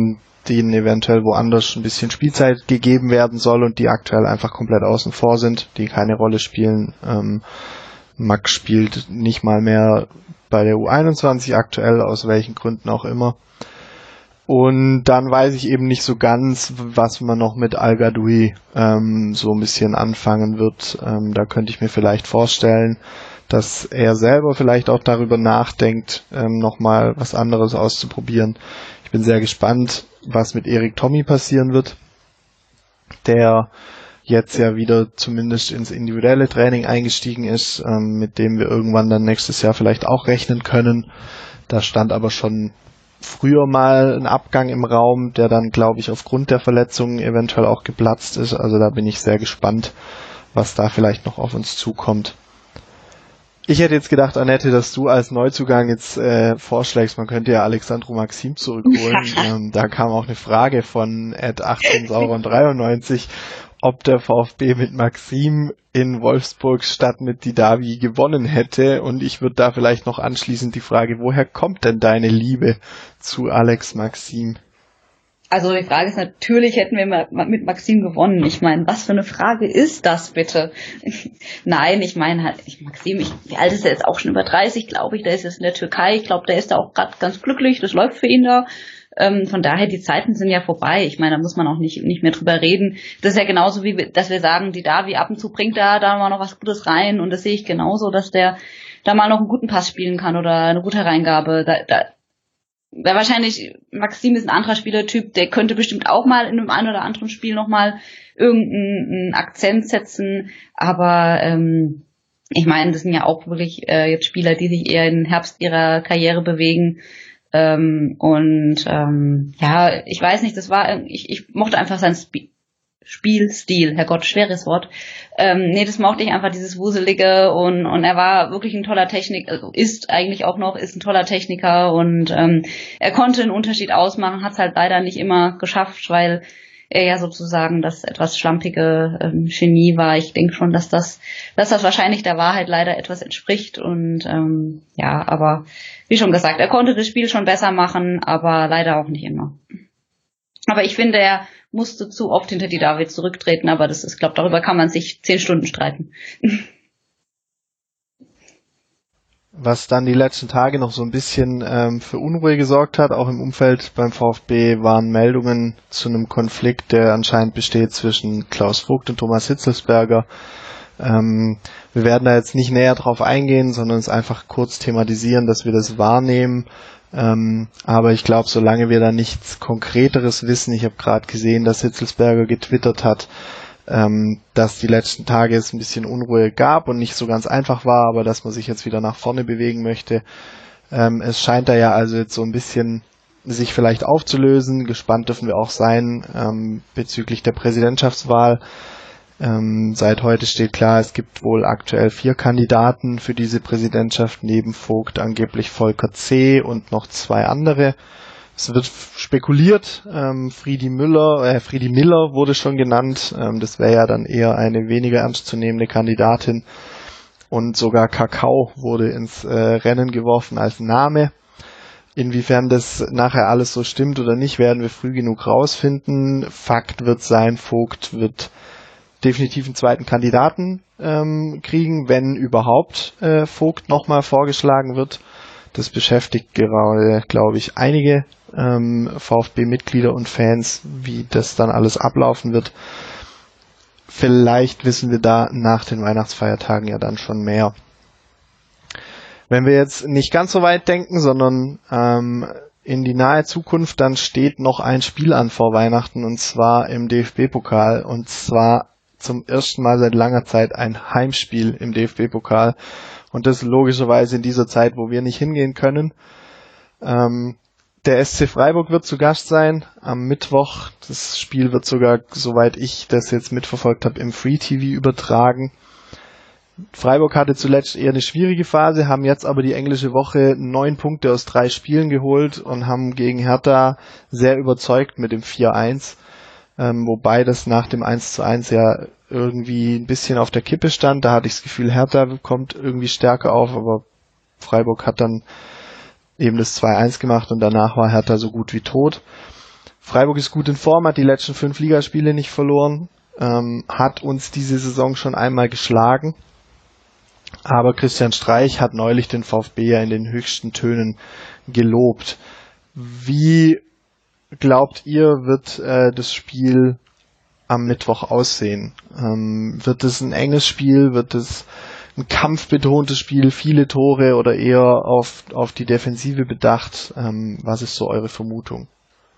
denen eventuell woanders ein bisschen Spielzeit gegeben werden soll und die aktuell einfach komplett außen vor sind, die keine Rolle spielen. Max spielt nicht mal mehr bei der U21 aktuell, aus welchen Gründen auch immer. Und dann weiß ich eben nicht so ganz, was man noch mit Al-Gadoui so ein bisschen anfangen wird. Da könnte ich mir vielleicht vorstellen, dass er selber vielleicht auch darüber nachdenkt, nochmal was anderes auszuprobieren. Ich bin sehr gespannt, was mit Erik Tommy passieren wird, der jetzt ja wieder zumindest ins individuelle Training eingestiegen ist, mit dem wir irgendwann dann nächstes Jahr vielleicht auch rechnen können. Da stand aber schon früher mal ein Abgang im Raum, der dann, glaube ich, aufgrund der Verletzungen eventuell auch geplatzt ist. Also da bin ich sehr gespannt, was da vielleicht noch auf uns zukommt. Ich hätte jetzt gedacht, Annette, dass du als Neuzugang jetzt vorschlägst, man könnte ja Alexandru Maxim zurückholen. Da kam auch eine Frage von @18sauron93, ob der VfB mit Maxim in Wolfsburg statt mit Didavi gewonnen hätte. Und ich würde da vielleicht noch anschließend die Frage, woher kommt denn deine Liebe zu Alex Maxim? Also die Frage ist natürlich, hätten wir mit Maxim gewonnen. Ich meine, was für eine Frage ist das bitte? Nein, ich meine halt, Maxim, wie alt ist er jetzt? Auch schon über 30, glaube ich. Der ist jetzt in der Türkei. Ich glaube, der ist da auch gerade ganz glücklich. Das läuft für ihn da. Von daher, die Zeiten sind ja vorbei. Ich meine, da muss man auch nicht mehr drüber reden. Das ist ja genauso wie, dass wir sagen, die Davi ab und zu bringt da mal noch was Gutes rein. Und das sehe ich genauso, dass der da mal noch einen guten Pass spielen kann oder eine gute Reingabe. Wahrscheinlich, Maxim ist ein anderer Spielertyp, der könnte bestimmt auch mal in einem ein oder anderen Spiel nochmal irgendeinen Akzent setzen. Aber ich meine, das sind ja auch wirklich jetzt Spieler, die sich eher im Herbst ihrer Karriere bewegen. Ja, ich weiß nicht, ich mochte einfach seinen Spielstil, Herrgott, schweres Wort. Das mochte ich einfach, dieses Wuselige und er war wirklich ein toller Techniker, also ist ein toller Techniker und er konnte einen Unterschied ausmachen, hat es halt leider nicht immer geschafft, weil er ja sozusagen das etwas schlampige Genie war. Ich denke schon, dass das wahrscheinlich der Wahrheit leider etwas entspricht und aber wie schon gesagt, er konnte das Spiel schon besser machen, aber leider auch nicht immer. Aber ich finde, er musste zu oft hinter die David zurücktreten, aber das ist, ich glaube, darüber kann man sich 10 Stunden streiten. Was dann die letzten Tage noch so ein bisschen für Unruhe gesorgt hat, auch im Umfeld beim VfB, waren Meldungen zu einem Konflikt, der anscheinend besteht zwischen Klaus Vogt und Thomas Hitzelsberger. Wir werden da jetzt nicht näher drauf eingehen, sondern es einfach kurz thematisieren, dass wir das wahrnehmen. Aber ich glaube, solange wir da nichts Konkreteres wissen, ich habe gerade gesehen, dass Hitzelsberger getwittert hat, dass die letzten Tage es ein bisschen Unruhe gab und nicht so ganz einfach war, aber dass man sich jetzt wieder nach vorne bewegen möchte. Es scheint da ja also jetzt so ein bisschen sich vielleicht aufzulösen. Gespannt dürfen wir auch sein bezüglich der Präsidentschaftswahl. Seit heute steht klar, es gibt wohl aktuell 4 Kandidaten für diese Präsidentschaft, neben Vogt angeblich Volker C. und noch 2 andere. Es wird spekuliert, Friedi Miller wurde schon genannt, das wäre ja dann eher eine weniger ernstzunehmende Kandidatin, und sogar Kakao wurde ins Rennen geworfen als Name. Inwiefern das nachher alles so stimmt oder nicht, werden wir früh genug rausfinden. Fakt wird sein, Vogt wird definitiv einen zweiten Kandidaten kriegen, wenn überhaupt Vogt nochmal vorgeschlagen wird. Das beschäftigt gerade, glaube ich, einige VfB-Mitglieder und Fans, wie das dann alles ablaufen wird. Vielleicht wissen wir da nach den Weihnachtsfeiertagen ja dann schon mehr. Wenn wir jetzt nicht ganz so weit denken, sondern in die nahe Zukunft, dann steht noch ein Spiel an vor Weihnachten, und zwar im DFB-Pokal, und zwar zum ersten Mal seit langer Zeit ein Heimspiel im DFB-Pokal, und das logischerweise in dieser Zeit, wo wir nicht hingehen können. Der SC Freiburg wird zu Gast sein am Mittwoch. Das Spiel wird sogar, soweit ich das jetzt mitverfolgt habe, im Free TV übertragen. Freiburg hatte zuletzt eher eine schwierige Phase, haben jetzt aber die englische Woche 9 Punkte aus 3 Spielen geholt und haben gegen Hertha sehr überzeugt mit dem 4-1. Wobei das nach dem 1:1 ja irgendwie ein bisschen auf der Kippe stand. Da hatte ich das Gefühl, Hertha kommt irgendwie stärker auf, aber Freiburg hat dann eben das 2-1 gemacht und danach war Hertha so gut wie tot. Freiburg ist gut in Form, hat die letzten 5 Ligaspiele nicht verloren, hat uns diese Saison schon einmal geschlagen. Aber Christian Streich hat neulich den VfB ja in den höchsten Tönen gelobt. Wie glaubt ihr, wird das Spiel am Mittwoch aussehen? Wird es ein enges Spiel? Wird es ein kampfbetontes Spiel, viele Tore oder eher auf die Defensive bedacht? Was ist so eure Vermutung?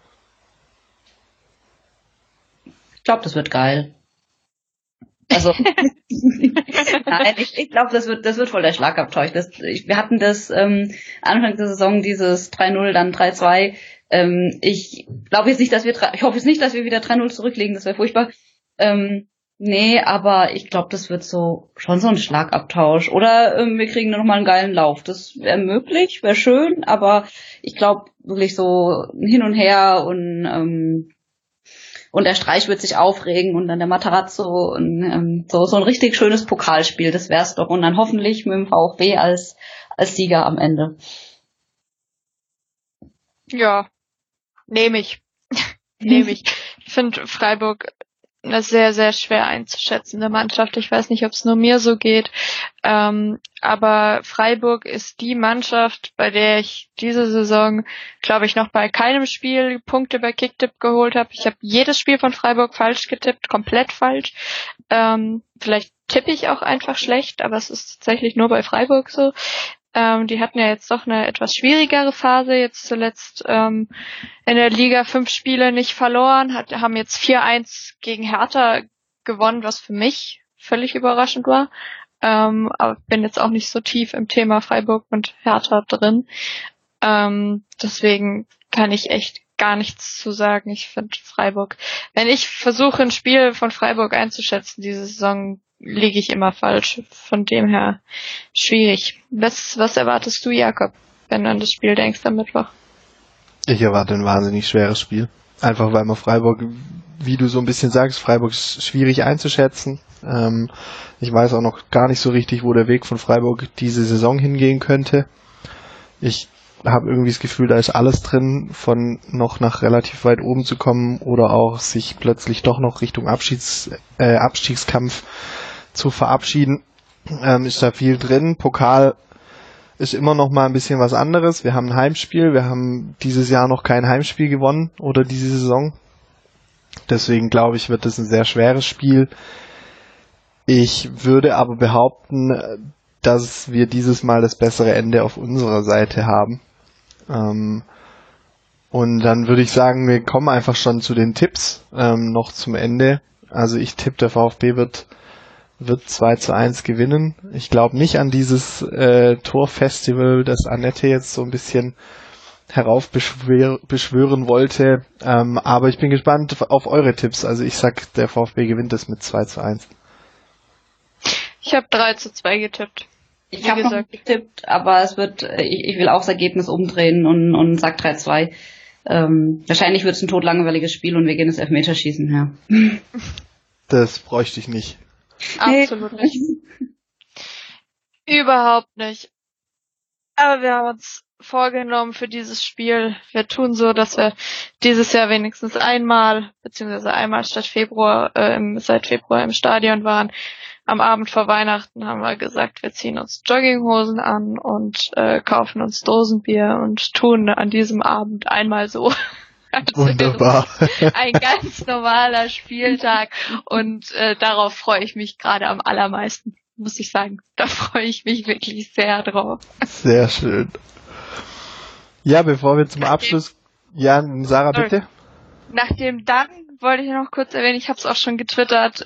Ich glaube, das wird geil. Also nein, ich glaube, das wird voll der Schlagabtausch. Wir hatten das Anfang der Saison dieses 3-0, dann 3-2. Ich glaube jetzt nicht, ich hoffe jetzt nicht, dass wir wieder 3-0 zurücklegen, das wäre furchtbar. Nee, aber ich glaube, das wird schon so ein Schlagabtausch. Oder wir kriegen noch mal einen geilen Lauf. Das wäre möglich, wäre schön, aber ich glaube wirklich so hin und her und der Streich wird sich aufregen und dann der Matarazzo und so ein richtig schönes Pokalspiel, das wär's doch. Und dann hoffentlich mit dem VfB als Sieger am Ende. Ja, nehme ich. Ich finde Freiburg eine sehr, sehr schwer einzuschätzende Mannschaft. Ich weiß nicht, ob es nur mir so geht. Aber Freiburg ist die Mannschaft, bei der ich diese Saison, glaube ich, noch bei keinem Spiel Punkte bei Kicktipp geholt habe. Ich habe jedes Spiel von Freiburg falsch getippt, komplett falsch. Vielleicht tippe ich auch einfach schlecht, aber es ist tatsächlich nur bei Freiburg so. Die hatten ja jetzt doch eine etwas schwierigere Phase, jetzt zuletzt in der Liga 5 Spiele nicht verloren, haben jetzt 4-1 gegen Hertha gewonnen, was für mich völlig überraschend war. Aber bin jetzt auch nicht so tief im Thema Freiburg und Hertha drin. Deswegen kann ich echt gar nichts zu sagen. Ich finde Freiburg, wenn ich versuche, ein Spiel von Freiburg einzuschätzen, diese Saison, liege ich immer falsch. Von dem her schwierig. Was erwartest du, Jakob, wenn du an das Spiel denkst am Mittwoch? Ich erwarte ein wahnsinnig schweres Spiel. Einfach weil man Freiburg, wie du so ein bisschen sagst, Freiburg ist schwierig einzuschätzen. Ich weiß auch noch gar nicht so richtig, wo der Weg von Freiburg diese Saison hingehen könnte. Ich habe irgendwie das Gefühl, da ist alles drin, von noch nach relativ weit oben zu kommen oder auch sich plötzlich doch noch Richtung Abstiegskampf zu verabschieden. Ist da viel drin. Pokal ist immer noch mal ein bisschen was anderes. Wir haben ein Heimspiel. Wir haben dieses Jahr noch kein Heimspiel gewonnen oder diese Saison. Deswegen glaube ich, wird es ein sehr schweres Spiel. Ich würde aber behaupten, dass wir dieses Mal das bessere Ende auf unserer Seite haben. Und dann würde ich sagen, wir kommen einfach schon zu den Tipps noch zum Ende. Also ich tippe, der VfB wird 2-1 gewinnen. Ich glaube nicht an dieses Torfestival, das Annette jetzt so ein bisschen heraufbeschwören wollte. Aber ich bin gespannt auf eure Tipps. Also ich sag, der VfB gewinnt es mit 2-1. Ich habe 3-2 getippt. Ich habe noch getippt, aber es wird, ich will auch das Ergebnis umdrehen und sag 3-2. Wahrscheinlich wird es ein totlangweiliges Spiel und wir gehen ins Elfmeterschießen, ja. Das bräuchte ich nicht. Absolut nicht. Überhaupt nicht. Aber wir haben uns vorgenommen für dieses Spiel. Wir tun so, dass wir dieses Jahr wenigstens einmal, beziehungsweise einmal seit Februar im Stadion waren. Am Abend vor Weihnachten haben wir gesagt, wir ziehen uns Jogginghosen an und kaufen uns Dosenbier und tun an diesem Abend einmal so. Wunderbar. Ein ganz normaler Spieltag und darauf freue ich mich gerade am allermeisten, muss ich sagen. Da freue ich mich wirklich sehr drauf. Sehr schön. Ja, bevor wir zum Abschluss... Ja, Sarah, bitte. Nachdem dann wollte ich noch kurz erwähnen, ich habe es auch schon getwittert,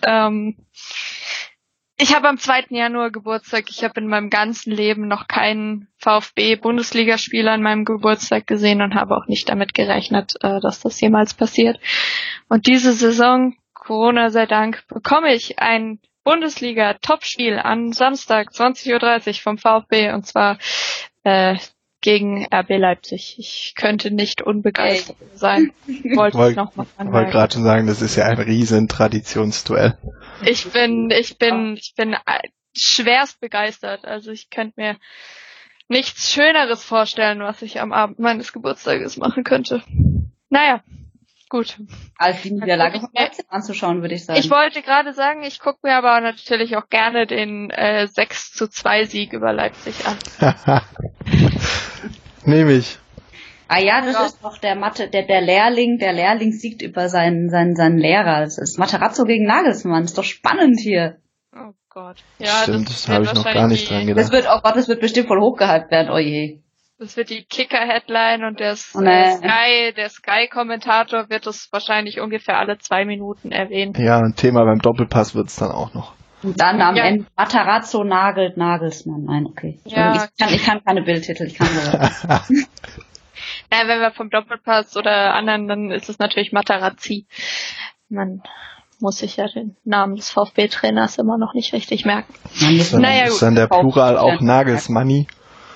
ich habe am 2. Januar Geburtstag. Ich habe in meinem ganzen Leben noch keinen VfB-Bundesligaspieler an meinem Geburtstag gesehen und habe auch nicht damit gerechnet, dass das jemals passiert. Und diese Saison, Corona sei Dank, bekomme ich ein Bundesliga-Topspiel am Samstag 20.30 Uhr vom VfB und zwar gegen RB Leipzig. Ich könnte nicht unbegeistert sein. Wollte gerade schon sagen, das ist ja ein riesen Traditionsduell. Ich bin schwerst begeistert. Also ich könnte mir nichts Schöneres vorstellen, was ich am Abend meines Geburtstages machen könnte. Naja, Gut. Als die Niederlage von Leipzig anzuschauen, würde ich sagen. Ich wollte gerade sagen, ich gucke mir aber natürlich auch gerne den 6:2 Sieg über Leipzig an. Nehme ich. Ah ja, das ist doch der Lehrling siegt über seinen Lehrer. Das ist Materazzo gegen Nagelsmann. Das ist doch spannend hier. Oh Gott. Ja, stimmt, das habe ich noch gar nicht dran gedacht. Das wird bestimmt voll hochgehypt werden, oh je. Das wird die Kicker-Headline und der Sky-Kommentator wird das wahrscheinlich ungefähr alle 2 Minuten erwähnen. Ja, ein Thema beim Doppelpass wird es dann auch noch. Und dann am Ende Materazzo nagelt Nagelsmann. Nein, okay. Ja. Ich kann keine Bildtitel, ich kann sowas. Naja, wenn wir vom Doppelpass oder anderen, dann ist es natürlich Materazzi. Man muss sich ja den Namen des VfB-Trainers immer noch nicht richtig merken. Naja, gut. Ist dann der Plural auch Nagelsmanni?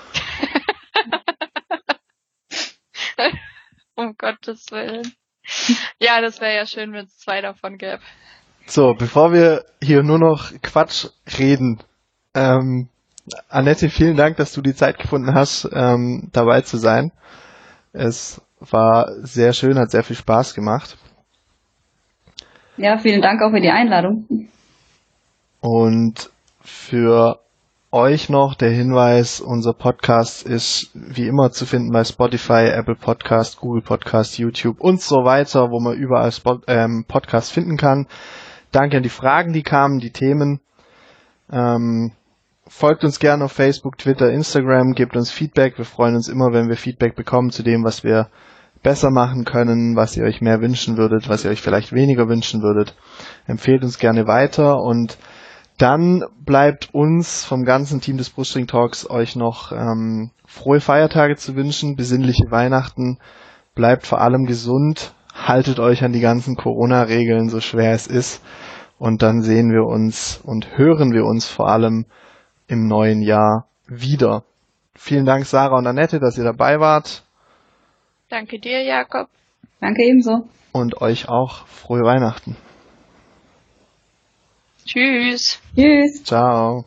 Um Gottes Willen. Ja, das wäre ja schön, wenn es 2 davon gäbe. So, bevor wir hier nur noch Quatsch reden, Annette, vielen Dank, dass du die Zeit gefunden hast, dabei zu sein. Es war sehr schön, hat sehr viel Spaß gemacht. Ja, vielen Dank auch für die Einladung. Und für euch noch der Hinweis, unser Podcast ist wie immer zu finden bei Spotify, Apple Podcast, Google Podcast, YouTube und so weiter, wo man überall Podcast finden kann. Danke an die Fragen, die kamen, die Themen. Folgt uns gerne auf Facebook, Twitter, Instagram, gebt uns Feedback. Wir freuen uns immer, wenn wir Feedback bekommen zu dem, was wir besser machen können, was ihr euch mehr wünschen würdet, was ihr euch vielleicht weniger wünschen würdet. Empfehlt uns gerne weiter und dann bleibt uns vom ganzen Team des Brustring Talks euch noch frohe Feiertage zu wünschen, besinnliche Weihnachten, bleibt vor allem gesund, haltet euch an die ganzen Corona-Regeln, so schwer es ist, und dann sehen wir uns und hören wir uns vor allem im neuen Jahr wieder. Vielen Dank, Sarah und Annette, dass ihr dabei wart. Danke dir, Jakob. Danke ebenso. Und euch auch frohe Weihnachten. Tschüss. Tschüss. Ciao.